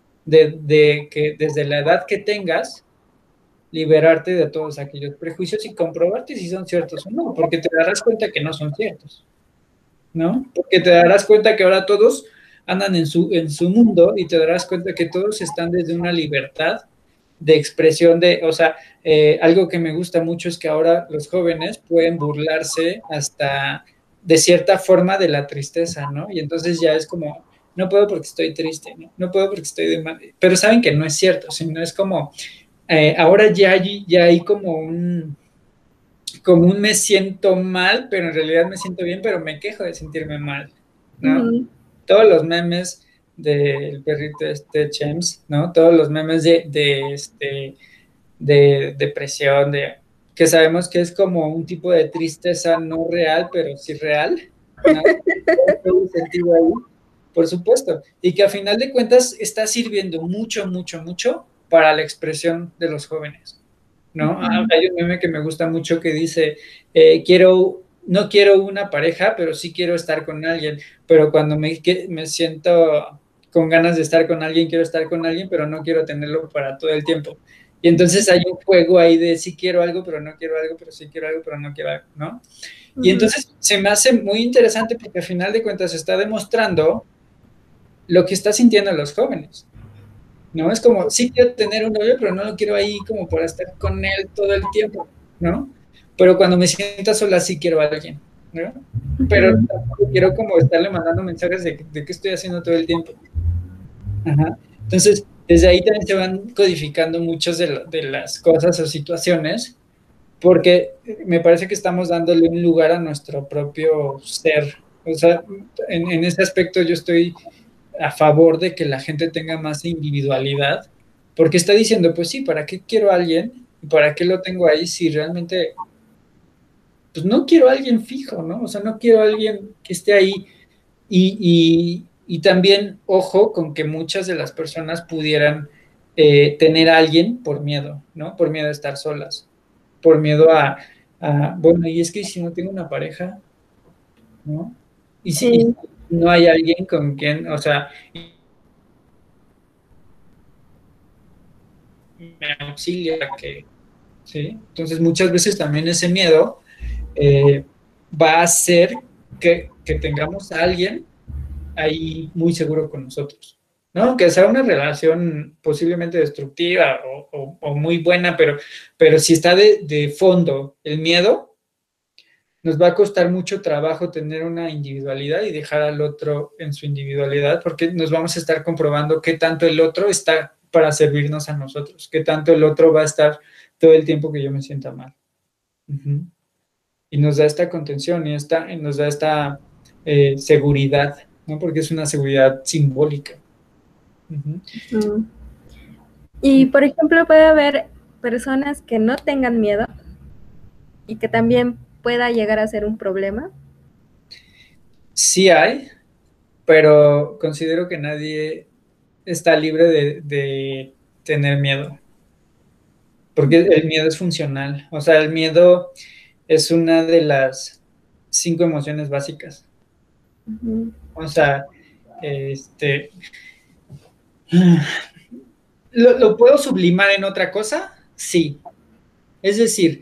de que desde la edad que tengas, liberarte de todos aquellos prejuicios y comprobarte si son ciertos o no, porque te darás cuenta que no son ciertos. ¿No? Porque te darás cuenta que ahora todos andan en su mundo y te darás cuenta que todos están desde una libertad de expresión o sea, algo que me gusta mucho es que ahora los jóvenes pueden burlarse hasta de cierta forma de la tristeza, ¿no? Y entonces ya es como, no puedo porque estoy triste, ¿no? No puedo porque estoy de mal, pero saben que no es cierto, sino es como, ahora ya hay como un me siento mal, pero en realidad me siento bien, pero me quejo de sentirme mal, ¿no? ujú, Todos los memes del perrito Chems, ¿no? Todos los memes de depresión, que sabemos que es como un tipo de tristeza no real, pero sí real, ¿no? Todo sentido ahí, por supuesto, y que a final de cuentas está sirviendo mucho, mucho, mucho para la expresión de los jóvenes. ¿No? ujú. Hay un meme que me gusta mucho que dice, no quiero una pareja, pero sí quiero estar con alguien, pero cuando me siento con ganas de estar con alguien, quiero estar con alguien, pero no quiero tenerlo para todo el tiempo. Y entonces hay un juego ahí de sí quiero algo, pero no quiero algo, pero sí quiero algo, pero no quiero algo, ¿no? Y Ujú, entonces se me hace muy interesante porque al final de cuentas se está demostrando lo que está sintiendo los jóvenes. ¿No? Es como, sí quiero tener un novio, pero no lo quiero ahí como para estar con él todo el tiempo, ¿no? Pero cuando me sienta sola, sí quiero a alguien, ¿no? Pero ujú, tampoco quiero como estarle mandando mensajes de qué estoy haciendo todo el tiempo. Ajá. Entonces, desde ahí también se van codificando muchas de las cosas o situaciones porque me parece que estamos dándole un lugar a nuestro propio ser. O sea, en ese aspecto yo estoy a favor de que la gente tenga más individualidad, porque está diciendo, pues sí, ¿para qué quiero a alguien? ¿Para qué lo tengo ahí si realmente, pues no quiero a alguien fijo, ¿no? O sea, no quiero a alguien que esté ahí. Y también, ojo, con que muchas de las personas pudieran tener a alguien por miedo, ¿no? Por miedo a estar solas, por miedo bueno, y es que si no tengo una pareja, ¿no? Y si Sí, no hay alguien con quien, o sea, me auxilia, que, ¿sí? Entonces, muchas veces también ese miedo va a hacer que tengamos a alguien ahí muy seguro con nosotros, ¿no? Que sea una relación posiblemente destructiva o muy buena, pero si está de fondo el miedo, nos va a costar mucho trabajo tener una individualidad y dejar al otro en su individualidad, porque nos vamos a estar comprobando qué tanto el otro está para servirnos a nosotros, qué tanto el otro va a estar todo el tiempo que yo me sienta mal. Uh-huh. Y nos da esta contención y nos da esta seguridad, ¿no? Porque es una seguridad simbólica. Uh-huh. mm. Y por ejemplo, puede haber personas que no tengan miedo y que también pueda llegar a ser un problema. Sí hay, pero considero que nadie está libre de tener miedo, porque el miedo es funcional. O sea, el miedo es una de las 5 emociones básicas. Ujú. O sea, este, ¿lo puedo sublimar en otra cosa? Sí. Es decir,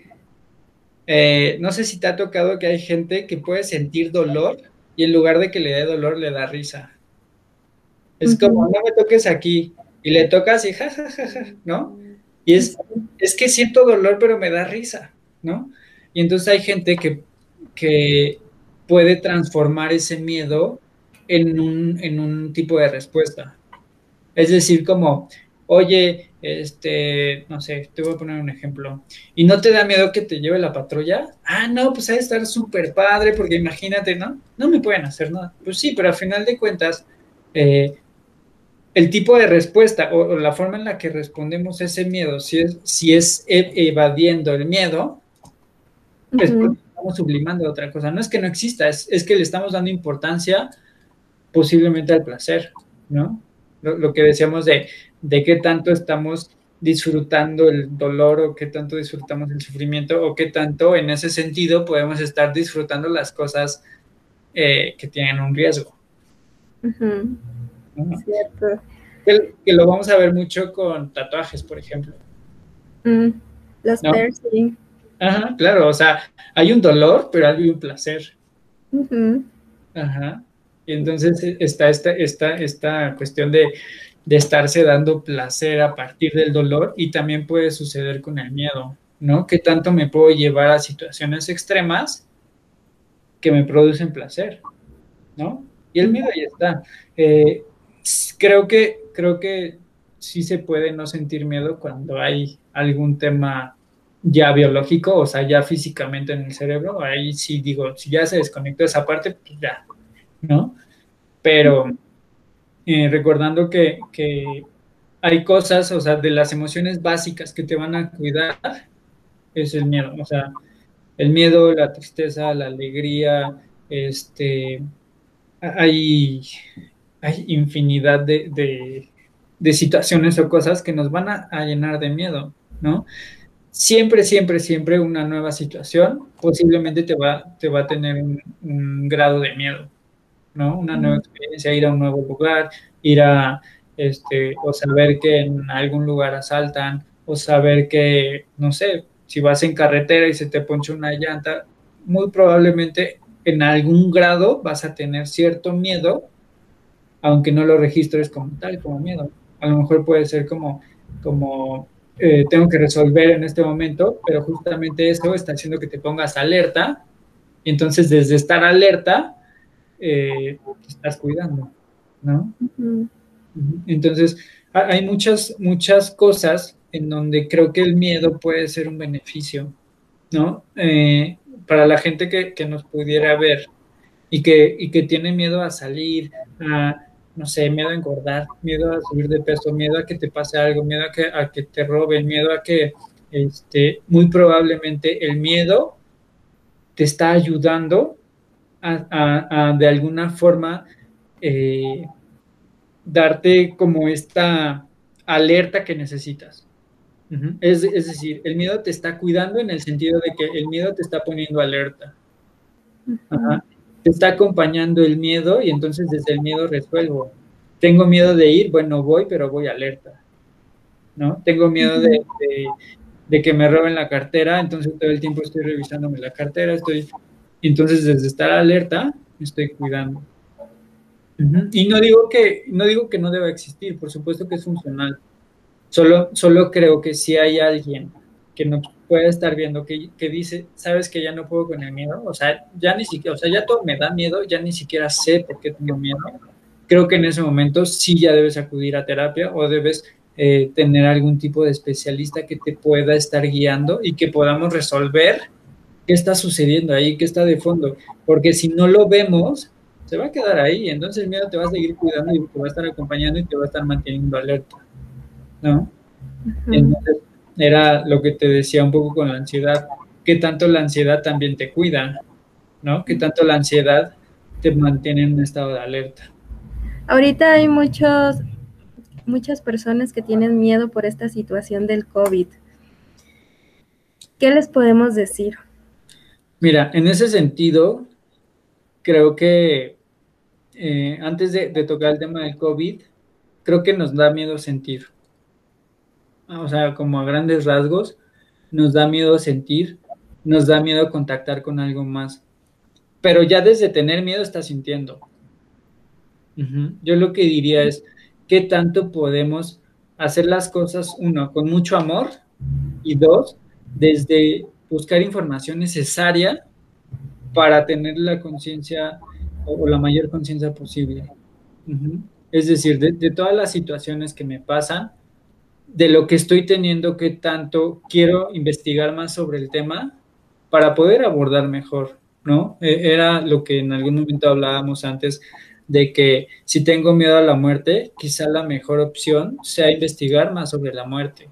no sé si te ha tocado que hay gente que puede sentir dolor y en lugar de que le dé dolor, le da risa. Es como, Ujú. no me toques aquí. Y le tocas y ja, ja, ja, ja, ¿no? Y Sí. es que siento dolor, pero me da risa, ¿no? Y entonces hay gente que puede transformar ese miedo en un tipo de respuesta. Es decir, como, oye, no sé, te voy a poner un ejemplo. ¿Y no te da miedo que te lleve la patrulla? Ah, no, pues ha de estar súper padre, porque imagínate, ¿no? No me pueden hacer nada. Pues sí, pero al final de cuentas, eh, el tipo de respuesta o la forma en la que respondemos a ese miedo, si es evadiendo el miedo, es Ujú. porque estamos sublimando otra cosa. No es que no exista, es que le estamos dando importancia posiblemente al placer, ¿no? Lo que decíamos de qué tanto estamos disfrutando el dolor o qué tanto disfrutamos el sufrimiento o qué tanto en ese sentido podemos estar disfrutando las cosas que tienen un riesgo, Ujú. ¿no? Cierto. Que lo vamos a ver mucho con tatuajes, por ejemplo, Mm. Los ¿no? piercing. Ajá, claro, o sea, hay un dolor, pero hay un placer. Ujú. Ajá. Y entonces está esta cuestión de estarse dando placer a partir del dolor y también puede suceder con el miedo, ¿no? ¿Qué tanto me puedo llevar a situaciones extremas que me producen placer, ¿no? Y el miedo ahí está. Eh, creo que sí se puede no sentir miedo cuando hay algún tema ya biológico, o sea, ya físicamente en el cerebro. Ahí sí digo, si ya se desconectó esa parte, pues ya, ¿no? Pero recordando que hay cosas, o sea, de las emociones básicas que te van a cuidar, es el miedo, o sea, el miedo, la tristeza, la alegría, hay, hay infinidad de situaciones o cosas que nos van a llenar de miedo, ¿no? Siempre, siempre, siempre una nueva situación posiblemente te va a tener un grado de miedo, ¿no? Una nueva experiencia, ir a un nuevo lugar, ir a, o saber que en algún lugar asaltan, o saber que, no sé, si vas en carretera y se te poncha una llanta, muy probablemente en algún grado vas a tener cierto miedo, aunque no lo registres como tal, como miedo. A lo mejor puede ser como tengo que resolver en este momento, pero justamente eso está haciendo que te pongas alerta, y entonces desde estar alerta, te estás cuidando, ¿no? Ujú. Entonces, hay muchas, muchas cosas en donde creo que el miedo puede ser un beneficio, ¿no? Para la gente que nos pudiera ver y que tiene miedo a salir, a, no sé, miedo a engordar, miedo a subir de peso, miedo a que te pase algo, miedo a que te roben, miedo a que, muy probablemente el miedo te está ayudando a de alguna forma darte como esta alerta que necesitas. Es decir, el miedo te está cuidando en el sentido de que el miedo te está poniendo alerta. Ajá. Te está acompañando el miedo y entonces desde el miedo resuelvo. Tengo miedo de ir, bueno, voy, pero voy alerta, ¿no? Tengo miedo de que me roben la cartera, entonces todo el tiempo estoy revisándome la cartera, entonces desde estar alerta, me estoy cuidando. Y no digo que no deba existir, por supuesto que es funcional. Solo creo que si hay alguien que nos puede estar viendo que dice, sabes que ya no puedo con el miedo, o sea, ya ni siquiera, o sea, ya todo me da miedo, ya ni siquiera sé por qué tengo miedo. Creo que en ese momento sí ya debes acudir a terapia o debes tener algún tipo de especialista que te pueda estar guiando y que podamos resolver qué está sucediendo ahí, qué está de fondo, porque si no lo vemos, se va a quedar ahí, entonces el miedo te va a seguir cuidando y te va a estar acompañando y te va a estar manteniendo alerta, ¿no? Entonces, era lo que te decía un poco con la ansiedad, que tanto la ansiedad también te cuida, ¿no? Que tanto la ansiedad te mantiene en un estado de alerta. Ahorita hay muchas personas que tienen miedo por esta situación del COVID. ¿Qué les podemos decir? Mira, en ese sentido, creo que antes de tocar el tema del COVID, creo que nos da miedo sentir. O sea, como a grandes rasgos, nos da miedo sentir, nos da miedo contactar con algo más. Pero ya desde tener miedo estás sintiendo. Yo lo que diría es, ¿qué tanto podemos hacer las cosas, uno, con mucho amor y dos, desde buscar información necesaria para tener la conciencia o la mayor conciencia posible? Es decir, de todas las situaciones que me pasan, de lo que estoy teniendo, qué tanto quiero investigar más sobre el tema para poder abordar mejor, ¿no? Era lo que en algún momento hablábamos antes, de que si tengo miedo a la muerte, quizá la mejor opción sea investigar más sobre la muerte.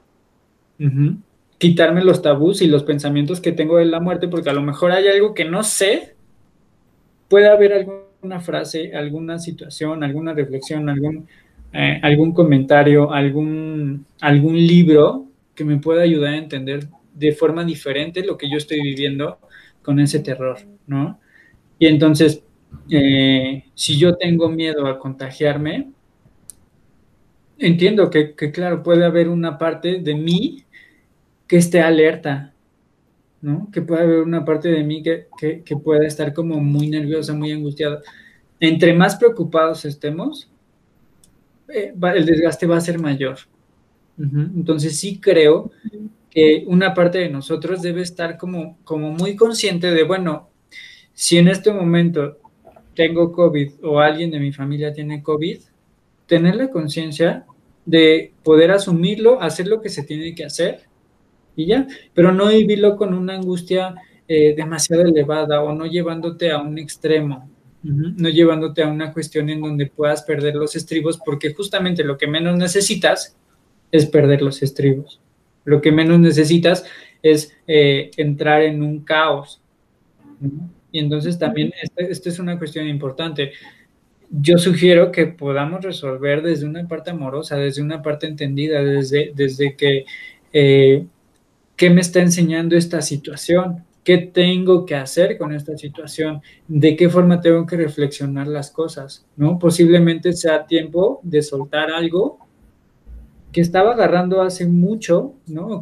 Quitarme los tabús y los pensamientos que tengo de la muerte, porque a lo mejor hay algo que no sé, puede haber alguna frase, alguna situación, alguna reflexión, algún comentario, algún libro que me pueda ayudar a entender de forma diferente lo que yo estoy viviendo con ese terror, ¿no? Y entonces, si yo tengo miedo a contagiarme, entiendo que, claro, puede haber una parte de mí que esté alerta, ¿no? Que puede haber una parte de mí que pueda estar como muy nerviosa, muy angustiada. Entre más preocupados estemos, el desgaste va a ser mayor. Entonces sí creo que una parte de nosotros debe estar como muy consciente de, bueno, si en este momento tengo COVID o alguien de mi familia tiene COVID, tener la conciencia de poder asumirlo, hacer lo que se tiene que hacer y ya, pero no vivirlo con una angustia demasiado elevada o no llevándote a un extremo, no llevándote a una cuestión en donde puedas perder los estribos, porque justamente lo que menos necesitas es perder los estribos. Lo que menos necesitas es entrar en un caos, ¿no? Y entonces también esta es una cuestión importante. Yo sugiero que podamos resolver desde una parte amorosa, desde una parte entendida, desde que ¿qué me está enseñando esta situación? ¿Qué tengo que hacer con esta situación? ¿De qué forma tengo que reflexionar las cosas? ¿No? Posiblemente sea tiempo de soltar algo que estaba agarrando hace mucho, ¿no?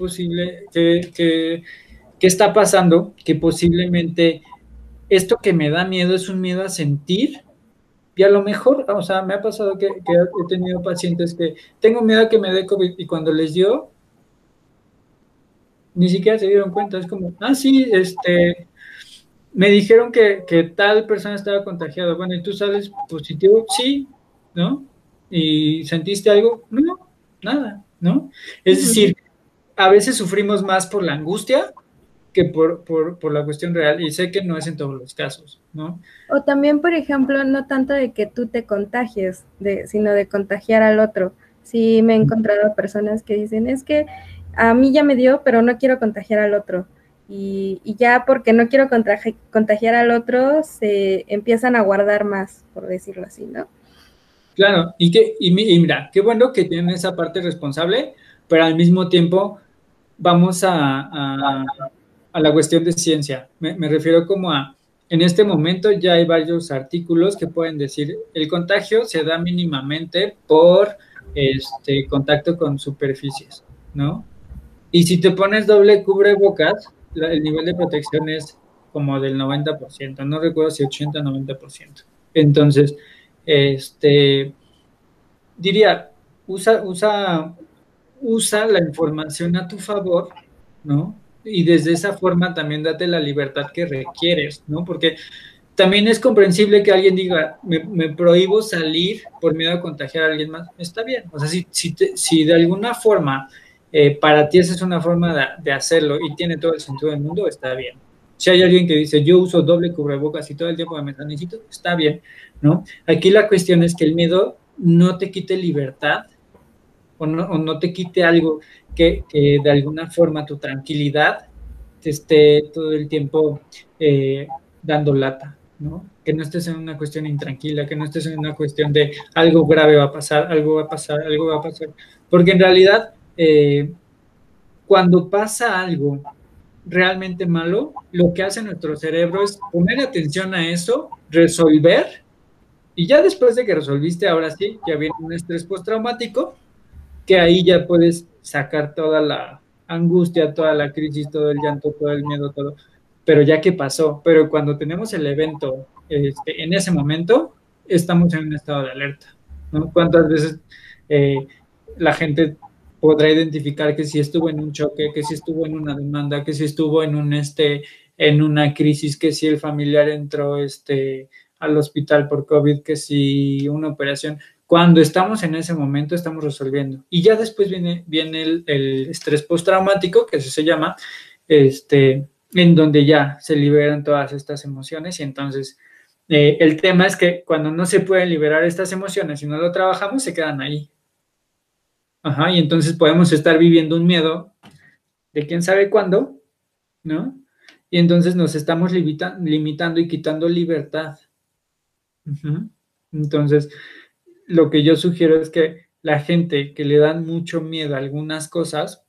¿Qué está pasando? Que posiblemente esto que me da miedo es un miedo a sentir y a lo mejor, o sea, me ha pasado que he tenido pacientes que tengo miedo a que me dé COVID y cuando les dio, ni siquiera se dieron cuenta, es como, sí, me dijeron que tal persona estaba contagiada, bueno, ¿y tú sales positivo? Sí, ¿no? ¿Y sentiste algo? No, nada, ¿no? Es decir, a veces sufrimos más por la angustia que por la cuestión real, y sé que no es en todos los casos, ¿no? O también, por ejemplo, no tanto de que tú te contagies, sino de contagiar al otro. Sí, me he encontrado personas que dicen, es que a mí ya me dio, pero no quiero contagiar al otro. Y ya porque no quiero contagiar al otro, se empiezan a guardar más, por decirlo así, ¿no? Claro, y mira, qué bueno que tienen esa parte responsable, pero al mismo tiempo vamos a la cuestión de ciencia. Me refiero como a, en este momento ya hay varios artículos que pueden decir, el contagio se da mínimamente por contacto con superficies, ¿no? Y si te pones doble cubrebocas, el nivel de protección es como del 90%, no recuerdo si 80 o 90%. Entonces, diría, usa la información a tu favor, ¿no? Y desde esa forma también date la libertad que requieres, ¿no? Porque también es comprensible que alguien diga, me prohíbo salir por miedo a contagiar a alguien más. Está bien. O sea, si de alguna forma para ti esa es una forma de hacerlo y tiene todo el sentido del mundo, está bien. Si hay alguien que dice, yo uso doble cubrebocas y todo el tiempo me necesito, está bien, ¿no? Aquí la cuestión es que el miedo no te quite libertad o no te quite algo que de alguna forma tu tranquilidad te esté todo el tiempo dando lata, ¿no? Que no estés en una cuestión intranquila, que no estés en una cuestión de algo grave va a pasar, algo va a pasar, algo va a pasar. Porque en realidad, cuando pasa algo realmente malo, lo que hace nuestro cerebro es poner atención a eso, resolver, y ya después de que resolviste, ahora sí, ya viene un estrés postraumático, que ahí ya puedes sacar toda la angustia, toda la crisis, todo el llanto, todo el miedo, todo. Pero ya que pasó, pero cuando tenemos el evento en ese momento, estamos en un estado de alerta, ¿no? ¿Cuántas veces la gente podrá identificar que si estuvo en un choque, que si estuvo en una demanda, que si estuvo en una crisis, que si el familiar entró al hospital por COVID, que si una operación? Cuando estamos en ese momento, estamos resolviendo. Y ya después viene el estrés postraumático, que así se llama, en donde ya se liberan todas estas emociones. Y entonces, el tema es que cuando no se pueden liberar estas emociones y no lo trabajamos, se quedan ahí. Ajá, y entonces podemos estar viviendo un miedo de quién sabe cuándo, ¿no? Y entonces nos estamos limitando y quitando libertad. Ujú. Entonces, lo que yo sugiero es que la gente que le dan mucho miedo a algunas cosas,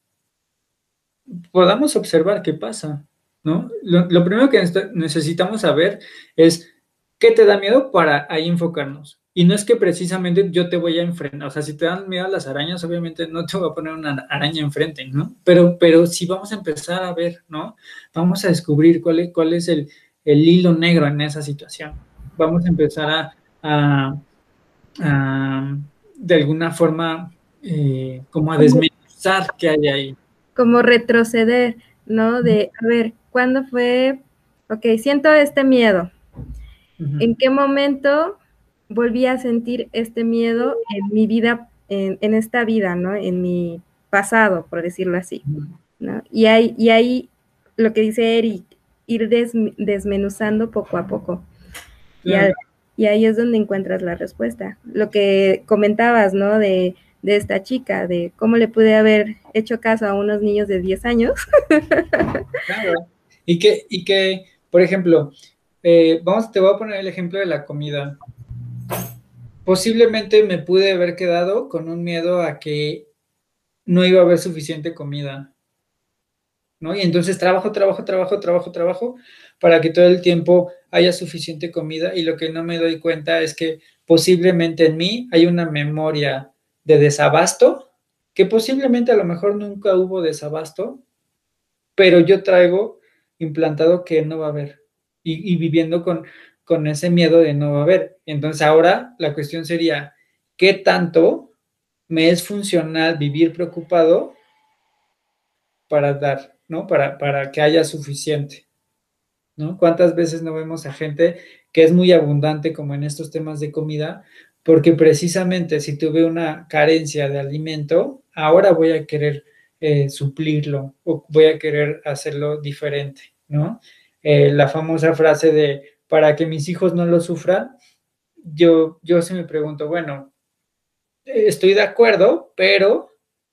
podamos observar qué pasa, ¿no? Lo primero que necesitamos saber es qué te da miedo para ahí enfocarnos. Y no es que precisamente yo te voy a enfrentar, o sea, si te dan miedo a las arañas, obviamente no te voy a poner una araña enfrente, ¿no? Pero sí vamos a empezar a ver, ¿no? Vamos a descubrir cuál es el hilo negro en esa situación. Vamos a empezar de alguna forma como a desmenuzar qué hay ahí. Como retroceder, ¿no? De, a ver, ¿cuándo fue? Ok, siento este miedo. ¿En qué momento volví a sentir este miedo en mi vida, en esta vida, ¿no? En mi pasado, por decirlo así, ¿no? Y ahí lo que dice Eric, ir desmenuzando poco a poco. Claro. Y ahí es donde encuentras la respuesta. Lo que comentabas, ¿no? De esta chica, de cómo le pude haber hecho caso a unos niños de 10 años. Claro. Y que, por ejemplo, te voy a poner el ejemplo de la comida. Posiblemente me pude haber quedado con un miedo a que no iba a haber suficiente comida, ¿no? Y entonces trabajo para que todo el tiempo haya suficiente comida, y lo que no me doy cuenta es que posiblemente en mí hay una memoria de desabasto, que posiblemente a lo mejor nunca hubo desabasto, pero yo traigo implantado que no va a haber, y viviendo con ese miedo de no va a haber. Entonces ahora la cuestión sería, ¿qué tanto me es funcional vivir preocupado para dar, ¿no? Para que haya suficiente, ¿no? ¿Cuántas veces no vemos a gente que es muy abundante como en estos temas de comida? Porque precisamente si tuve una carencia de alimento, ahora voy a querer suplirlo o voy a querer hacerlo diferente, ¿no? La famosa frase de, para que mis hijos no lo sufran, yo sí me pregunto, bueno, estoy de acuerdo, pero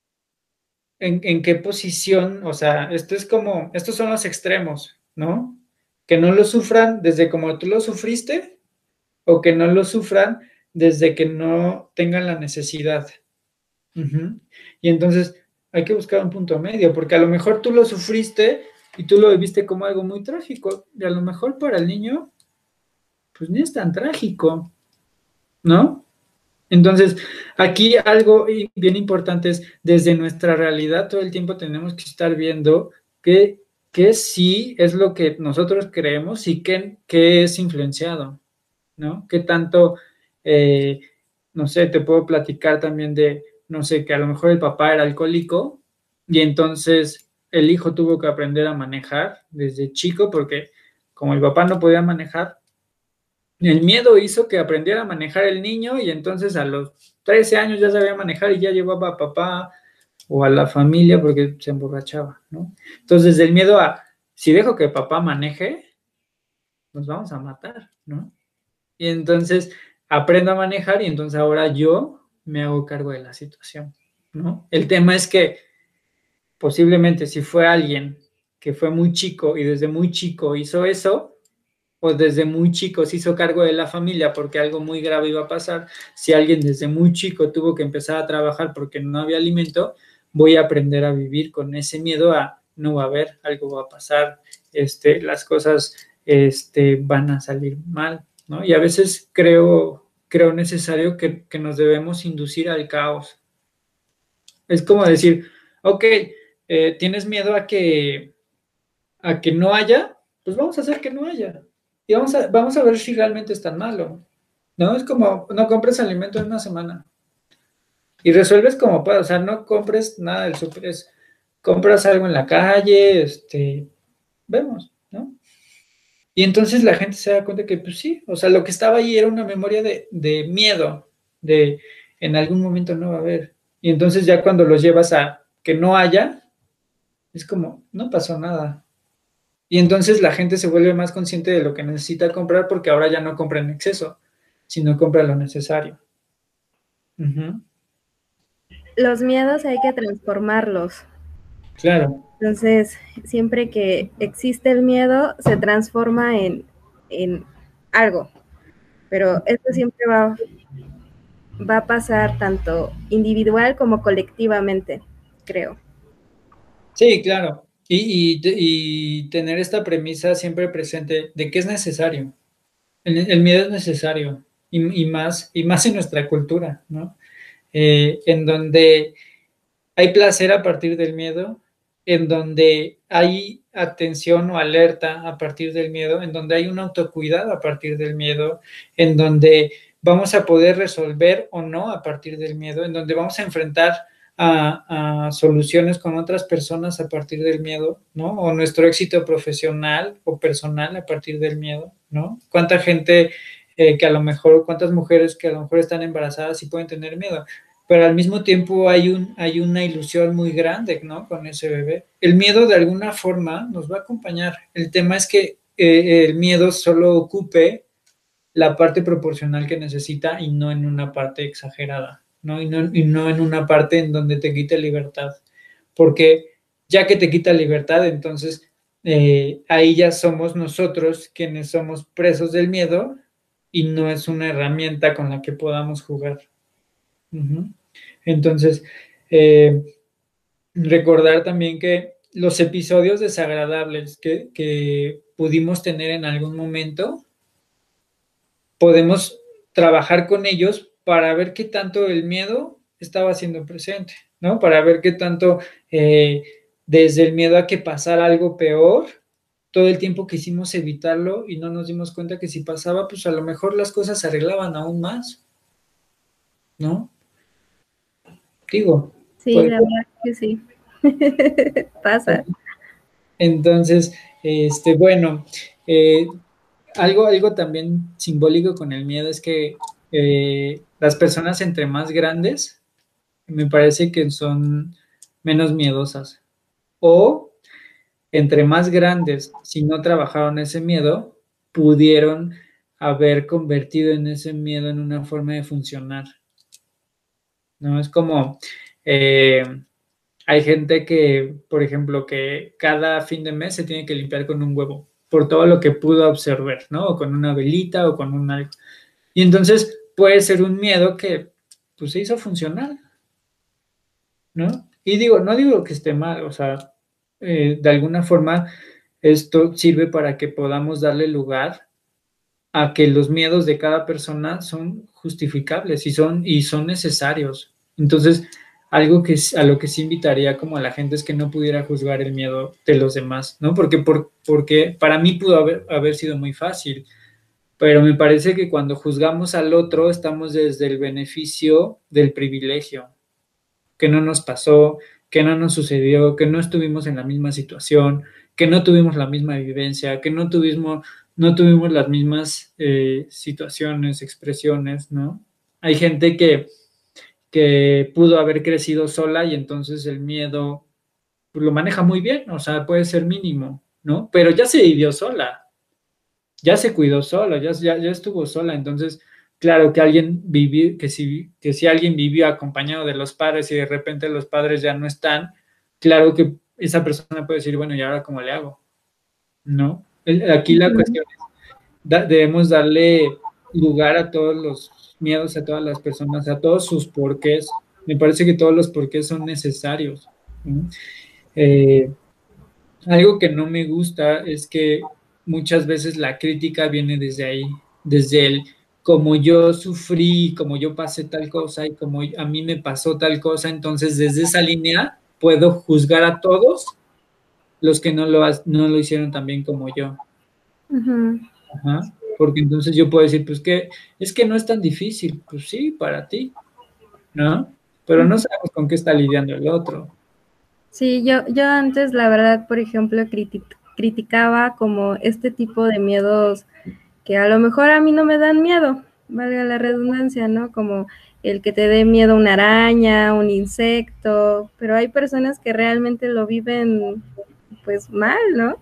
¿en qué posición? O sea, estos son los extremos, ¿no? Que no lo sufran desde como tú lo sufriste o que no lo sufran desde que no tengan la necesidad. Uh-huh. Y entonces hay que buscar un punto medio, porque a lo mejor tú lo sufriste y tú lo viviste como algo muy trágico, y a lo mejor para el niño, pues ni es tan trágico, ¿no? Entonces, aquí algo bien importante es, desde nuestra realidad todo el tiempo tenemos que estar viendo que sí es lo que nosotros creemos y que es influenciado, ¿no? ¿Qué tanto, no sé, te puedo platicar también de, no sé, que a lo mejor el papá era alcohólico y entonces el hijo tuvo que aprender a manejar desde chico porque como el papá no podía manejar, el miedo hizo que aprendiera a manejar el niño y entonces a los 13 años ya sabía manejar y ya llevaba a papá o a la familia porque se emborrachaba, ¿no? Entonces, el miedo a, si dejo que papá maneje, nos vamos a matar, ¿no? Y entonces aprendo a manejar y entonces ahora yo me hago cargo de la situación, ¿no? El tema es que posiblemente si fue alguien que fue muy chico y desde muy chico hizo eso, o desde muy chico se hizo cargo de la familia porque algo muy grave iba a pasar, si alguien desde muy chico tuvo que empezar a trabajar porque no había alimento, voy a aprender a vivir con ese miedo a no va a haber, algo va a pasar, las cosas van a salir mal, ¿no? Y a veces creo necesario que nos debemos inducir al caos. Es como decir, ok, ¿tienes miedo a que no haya? Pues vamos a hacer que no haya. Y vamos a ver si realmente es tan malo. ¿No? Es como, no compres alimento en una semana. Y resuelves como puedas. O sea, no compres nada del súper. Compras algo en la calle, vemos, ¿no? Y entonces la gente se da cuenta que, pues sí, o sea, lo que estaba ahí era una memoria de miedo, de en algún momento no va a haber. Y entonces ya cuando los llevas a que no haya, es como, no pasó nada. Y entonces la gente se vuelve más consciente de lo que necesita comprar porque ahora ya no compra en exceso, sino compra lo necesario. Uh-huh. Los miedos hay que transformarlos. Claro. Entonces, siempre que existe el miedo, se transforma en algo. Pero esto siempre va a pasar tanto individual como colectivamente, creo. Sí, claro. Y tener esta premisa siempre presente de que es necesario. El miedo es necesario y más en nuestra cultura, ¿no? En donde hay placer a partir del miedo, en donde hay atención o alerta a partir del miedo, en donde hay un autocuidado a partir del miedo, en donde vamos a poder resolver o no a partir del miedo, en donde vamos a enfrentar a soluciones con otras personas a partir del miedo, ¿no? O nuestro éxito profesional o personal a partir del miedo, ¿no? ¿Cuánta gente que a lo mejor, cuántas mujeres que a lo mejor están embarazadas y pueden tener miedo? Pero al mismo tiempo hay una ilusión muy grande, ¿no? Con ese bebé. El miedo de alguna forma nos va a acompañar. El tema es que el miedo solo ocupe la parte proporcional que necesita y no en una parte exagerada, ¿no? Y no en una parte en donde te quite libertad. Porque ya que te quita libertad, entonces ahí ya somos nosotros quienes somos presos del miedo y no es una herramienta con la que podamos jugar. Uh-huh. Entonces, recordar también que los episodios desagradables que pudimos tener en algún momento, podemos trabajar con ellos para ver qué tanto el miedo estaba siendo presente, ¿no? Para ver qué tanto desde el miedo a que pasara algo peor, todo el tiempo quisimos evitarlo y no nos dimos cuenta que si pasaba, pues a lo mejor las cosas se arreglaban aún más, ¿no? Digo, Sí, pues, la verdad que sí. Pasa. entonces, bueno, algo también simbólico con el miedo es que las personas entre más grandes, me parece que son menos miedosas. O entre más grandes, si no trabajaron ese miedo, pudieron haber convertido en ese miedo en una forma de funcionar. ¿No? Es como, hay gente que, por ejemplo, que cada fin de mes se tiene que limpiar con un huevo, por todo lo que pudo observar, ¿no? O con una velita o con un algo. Y entonces puede ser un miedo que, pues, se hizo funcionar, ¿no? Y digo, no digo que esté mal, o sea, de alguna forma esto sirve para que podamos darle lugar a que los miedos de cada persona son justificables y son necesarios. Entonces, algo que a lo que sí invitaría como a la gente es que no pudiera juzgar el miedo de los demás, ¿no? Porque para mí pudo haber sido muy fácil, pero me parece que cuando juzgamos al otro estamos desde el beneficio del privilegio, que no nos pasó, que no nos sucedió, que no estuvimos en la misma situación, que no tuvimos la misma vivencia, que no tuvimos las mismas situaciones, expresiones, ¿no? Hay gente que pudo haber crecido sola y entonces el miedo pues, lo maneja muy bien, o sea, puede ser mínimo, ¿no? Pero ya se vivió sola, ya se cuidó sola, ya estuvo sola, entonces, claro que alguien vivió, que si alguien vivió acompañado de los padres y de repente los padres ya no están, claro que esa persona puede decir, bueno, ¿y ahora cómo le hago? ¿No? Aquí la cuestión es, debemos darle lugar a todos los miedos, a todas las personas, a todos sus porqués. Me parece que todos los porqués son necesarios, ¿no? Eh, Algo que no me gusta es que muchas veces la crítica viene desde ahí, desde el como yo sufrí, como yo pasé tal cosa y como a mí me pasó tal cosa, entonces desde esa línea puedo juzgar a todos los que no lo hicieron tan bien como yo. Ujú. Ajá. Porque entonces yo puedo decir, pues que es que no es tan difícil, pues sí, para ti, ¿no? Pero no sabemos con qué está lidiando el otro. Sí, yo antes, la verdad, por ejemplo, criticaba como este tipo de miedos que a lo mejor a mí no me dan miedo, valga la redundancia, ¿no? Como el que te dé miedo una araña, un insecto, pero hay personas que realmente lo viven pues mal, ¿no?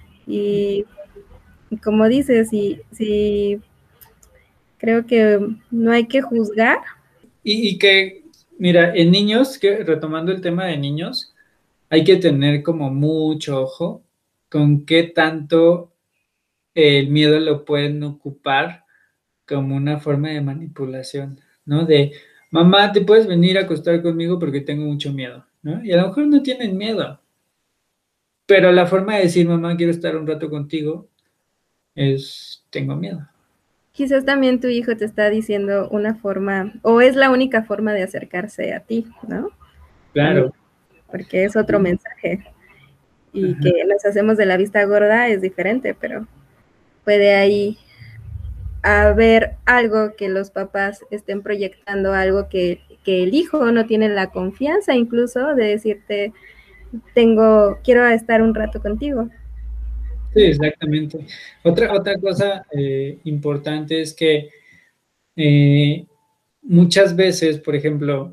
Y como dices, si creo que no hay que juzgar. Y que, mira, en niños, que retomando el tema de niños, hay que tener como mucho ojo con qué tanto el miedo lo pueden ocupar como una forma de manipulación, ¿no? De, mamá, ¿te puedes venir a acostar conmigo porque tengo mucho miedo? ¿No? Y a lo mejor no tienen miedo, pero la forma de decir, mamá, quiero estar un rato contigo, es, tengo miedo. Quizás también tu hijo te está diciendo una forma, o es la única forma de acercarse a ti, ¿no? También, Claro. porque es otro mensaje. Y Ajá. que nos hacemos de la vista gorda es diferente, pero puede ahí haber algo que los papás estén proyectando, algo que el hijo no tiene la confianza incluso de decirte, quiero estar un rato contigo. Sí, exactamente. Otra cosa importante es que eh, muchas veces, por ejemplo,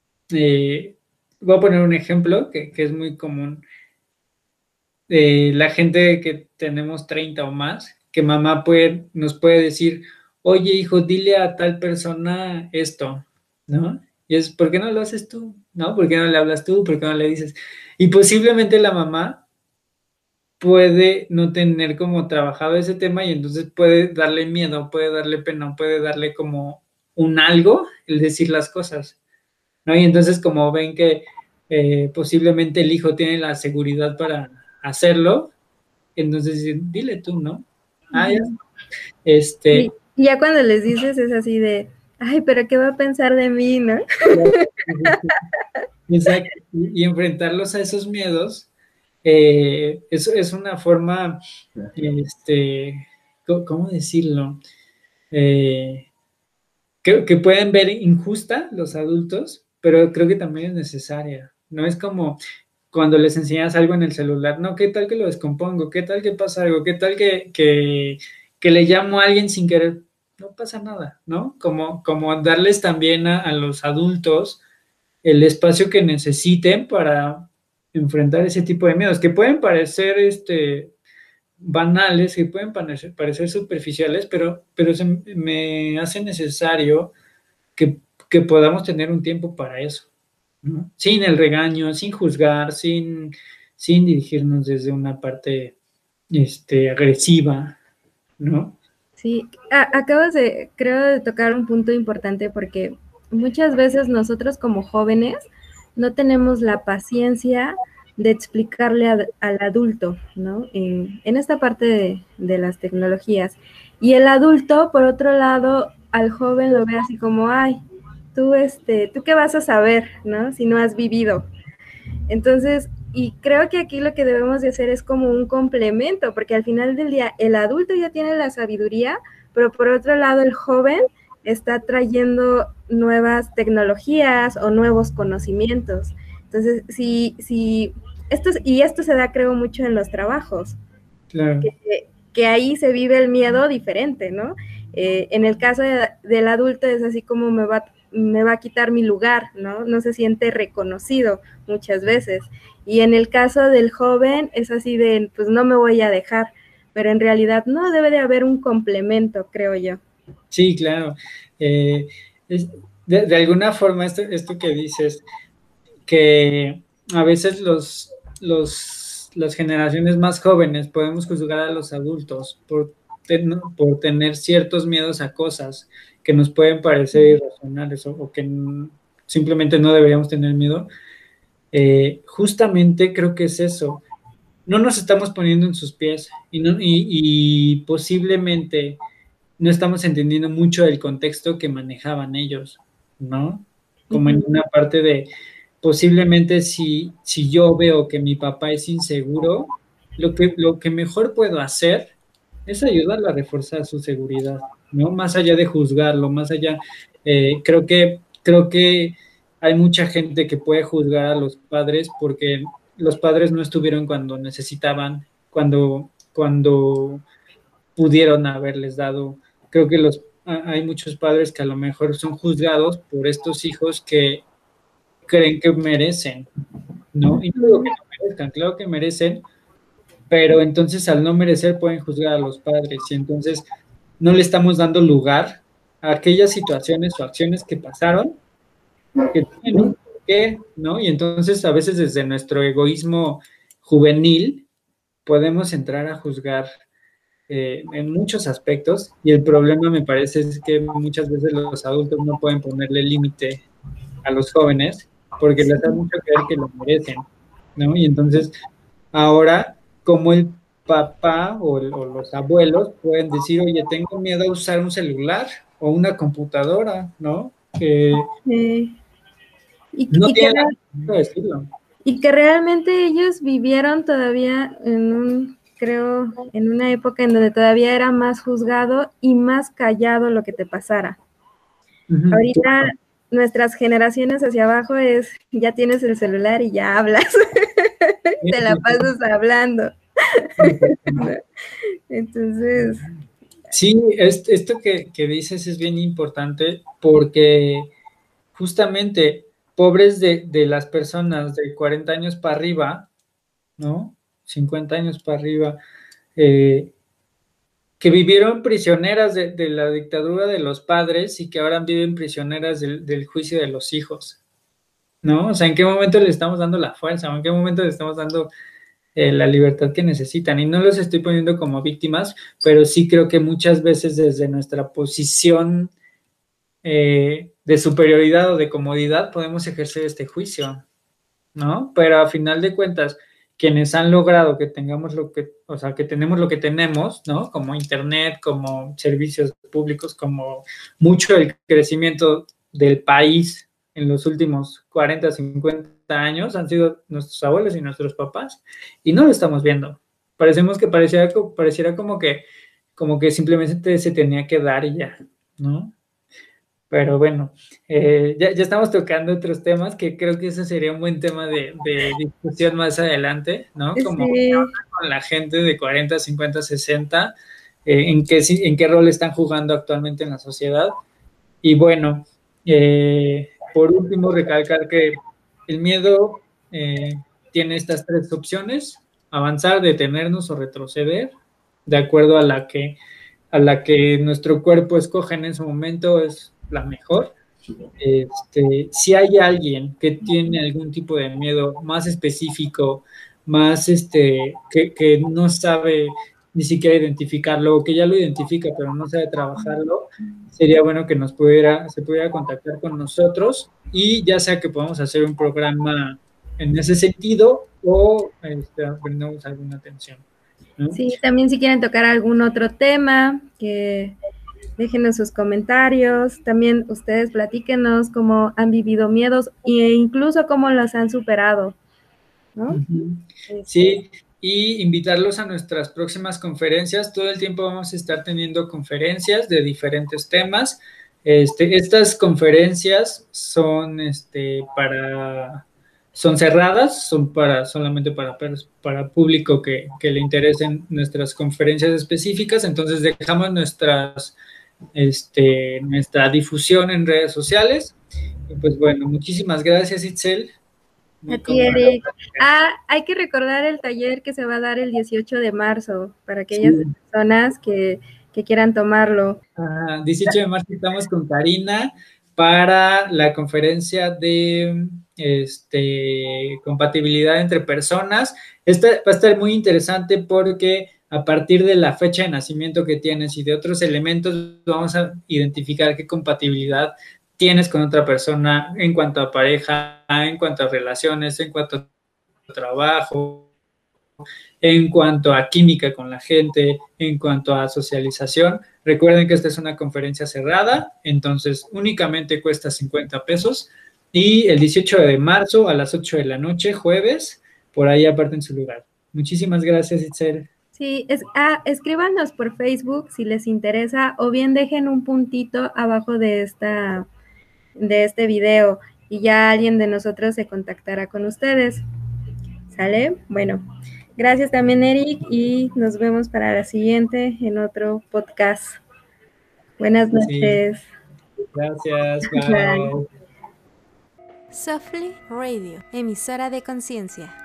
voy a poner un ejemplo que es muy común. La gente que tenemos 30 o más, que mamá nos puede decir, oye hijo, dile a tal persona esto, ¿no? Y es, ¿por qué no lo haces tú? ¿No? ¿Por qué no le hablas tú? ¿Por qué no le dices? Y posiblemente la mamá puede no tener como trabajado ese tema y entonces puede darle miedo, puede darle pena, puede darle como un algo el decir las cosas, ¿no? Y entonces como ven que posiblemente el hijo tiene la seguridad para hacerlo, entonces dile tú, ¿no? Ah, ya. Uh-huh. Este, Y ya cuando les dices es así de, ay, pero ¿qué va a pensar de mí, no? exacto. Y enfrentarlos a esos miedos es una forma, ¿cómo decirlo? Eh, que pueden ver injusta los adultos, pero creo que también es necesaria. No es como cuando les enseñas algo en el celular, no, ¿qué tal que lo descompongo? ¿Qué tal que pasa algo? ¿Qué tal que le llamo a alguien sin querer? No pasa nada, ¿no? Como darles también a los adultos el espacio que necesiten para enfrentar ese tipo de miedos, que pueden parecer banales, que pueden parecer superficiales, pero me hace necesario que, que podamos tener un tiempo para eso, ¿no? Sin el regaño, sin juzgar, sin dirigirnos desde una parte agresiva, ¿no? Sí, acabas de, creo, de tocar un punto importante porque muchas veces nosotros como jóvenes no tenemos la paciencia de explicarle al adulto, ¿no? En esta parte de las tecnologías. Y el adulto, por otro lado, al joven lo ve así como, ay, tú qué vas a saber, ¿no? Si no has vivido. Entonces, y creo que aquí lo que debemos de hacer es como un complemento, porque al final del día el adulto ya tiene la sabiduría, pero por otro lado el joven está trayendo nuevas tecnologías o nuevos conocimientos. Entonces, esto se da creo mucho en los trabajos, Claro. que ahí se vive el miedo diferente, ¿no? En el caso del adulto es así como me va a quitar mi lugar, ¿no? No se siente reconocido muchas veces. Y en el caso del joven es así de, pues no me voy a dejar, pero en realidad no, debe de haber un complemento, creo yo. Sí, claro. Eh, de alguna forma, esto que dices, que a veces las generaciones más jóvenes podemos juzgar a los adultos por tener ciertos miedos a cosas que nos pueden parecer irracionales o que simplemente no deberíamos tener miedo. Justamente creo que es eso. No nos estamos poniendo en sus pies y posiblemente no estamos entendiendo mucho del contexto que manejaban ellos, ¿no? Como en una parte de, posiblemente si yo veo que mi papá es inseguro, lo que mejor puedo hacer es ayudarlo a reforzar su seguridad, ¿no? Más allá de juzgarlo, más allá, creo que hay mucha gente que puede juzgar a los padres porque los padres no estuvieron cuando necesitaban, cuando pudieron haberles dado. Creo que hay muchos padres que a lo mejor son juzgados por estos hijos que creen que merecen, ¿no? Y no digo que no merezcan, claro que merecen, pero entonces al no merecer pueden juzgar a los padres y entonces no le estamos dando lugar a aquellas situaciones o acciones que pasaron, que tienen un porqué, ¿no? Y entonces a veces desde nuestro egoísmo juvenil podemos entrar a juzgar en muchos aspectos y el problema me parece es que muchas veces los adultos no pueden ponerle límite a los jóvenes porque les da mucho creer que lo merecen, ¿no? Y entonces ahora como el papá o los abuelos pueden decir, oye, tengo miedo a usar un celular o una computadora, ¿no? Que no Y que tienen la de decirlo. Y que realmente ellos vivieron todavía creo, en una época en donde todavía era más juzgado y más callado lo que te pasara. Uh-huh. Ahorita nuestras generaciones hacia abajo ya tienes el celular y ya hablas, te la pasas hablando. Entonces... Sí, esto que dices es bien importante porque justamente pobres de las personas de 40 años para arriba, ¿no? 50 años para arriba, que vivieron prisioneras de la dictadura de los padres y que ahora viven prisioneras del juicio de los hijos, ¿no? O sea, ¿en qué momento le estamos dando la fuerza? ¿O en qué momento le estamos dando la libertad que necesitan? Y no los estoy poniendo como víctimas, pero sí creo que muchas veces desde nuestra posición de superioridad o de comodidad podemos ejercer este juicio, ¿no? Pero a final de cuentas, quienes han logrado que tengamos o sea, que tenemos lo que tenemos, ¿no? Como internet, como servicios públicos, como mucho el crecimiento del país en los últimos 40, 50 años han sido nuestros abuelos y nuestros papás, y no lo estamos viendo. Pareciera como que simplemente se tenía que dar y ya, ¿no? Pero bueno, ya estamos tocando otros temas que creo que ese sería un buen tema de discusión más adelante, ¿no? Como con la gente de 40, 50, 60, en qué rol están jugando actualmente en la sociedad. Y bueno, por último, recalcar que el miedo tiene estas tres opciones: avanzar, detenernos o retroceder, de acuerdo a la que nuestro cuerpo escoge en ese momento es la mejor. Si hay alguien que tiene algún tipo de miedo más específico, más que no sabe ni siquiera identificarlo, o que ya lo identifica pero no sabe trabajarlo, sería bueno que se pudiera contactar con nosotros, y ya sea que podamos hacer un programa en ese sentido o brindamos alguna atención, ¿no? Sí, también si quieren tocar algún otro tema, que déjenos sus comentarios. También ustedes platíquenos cómo han vivido miedos e incluso cómo los han superado, ¿no? Ujú. Sí, y invitarlos a nuestras próximas conferencias. Todo el tiempo vamos a estar teniendo conferencias de diferentes temas. Estas conferencias son cerradas, son solamente para público que le interesen nuestras conferencias específicas. Entonces dejamos nuestra difusión en redes sociales. Y pues bueno, muchísimas gracias, Itzel. A Muy ti, cómodo. Eric. Hay que recordar el taller que se va a dar el 18 de marzo para aquellas Sí. personas que quieran tomarlo. 18 de marzo estamos con Karina para la conferencia de compatibilidad entre personas. Esta va a estar muy interesante porque a partir de la fecha de nacimiento que tienes y de otros elementos vamos a identificar qué compatibilidad tienes con otra persona en cuanto a pareja, en cuanto a relaciones, en cuanto a trabajo, en cuanto a química con la gente, en cuanto a socialización. Recuerden que esta es una conferencia cerrada, entonces únicamente cuesta 50 pesos, y el 18 de marzo a las 8 de la noche, jueves, por ahí aparten su lugar. Muchísimas gracias, Itzel. Sí, escríbanos por Facebook si les interesa, o bien dejen un puntito abajo de este video y ya alguien de nosotros se contactará con ustedes. ¿Sale? Bueno, gracias también, Eric, y nos vemos para la siguiente en otro podcast. Buenas noches. Sí. Gracias. Bye. Bye. Softly Radio, emisora de conciencia.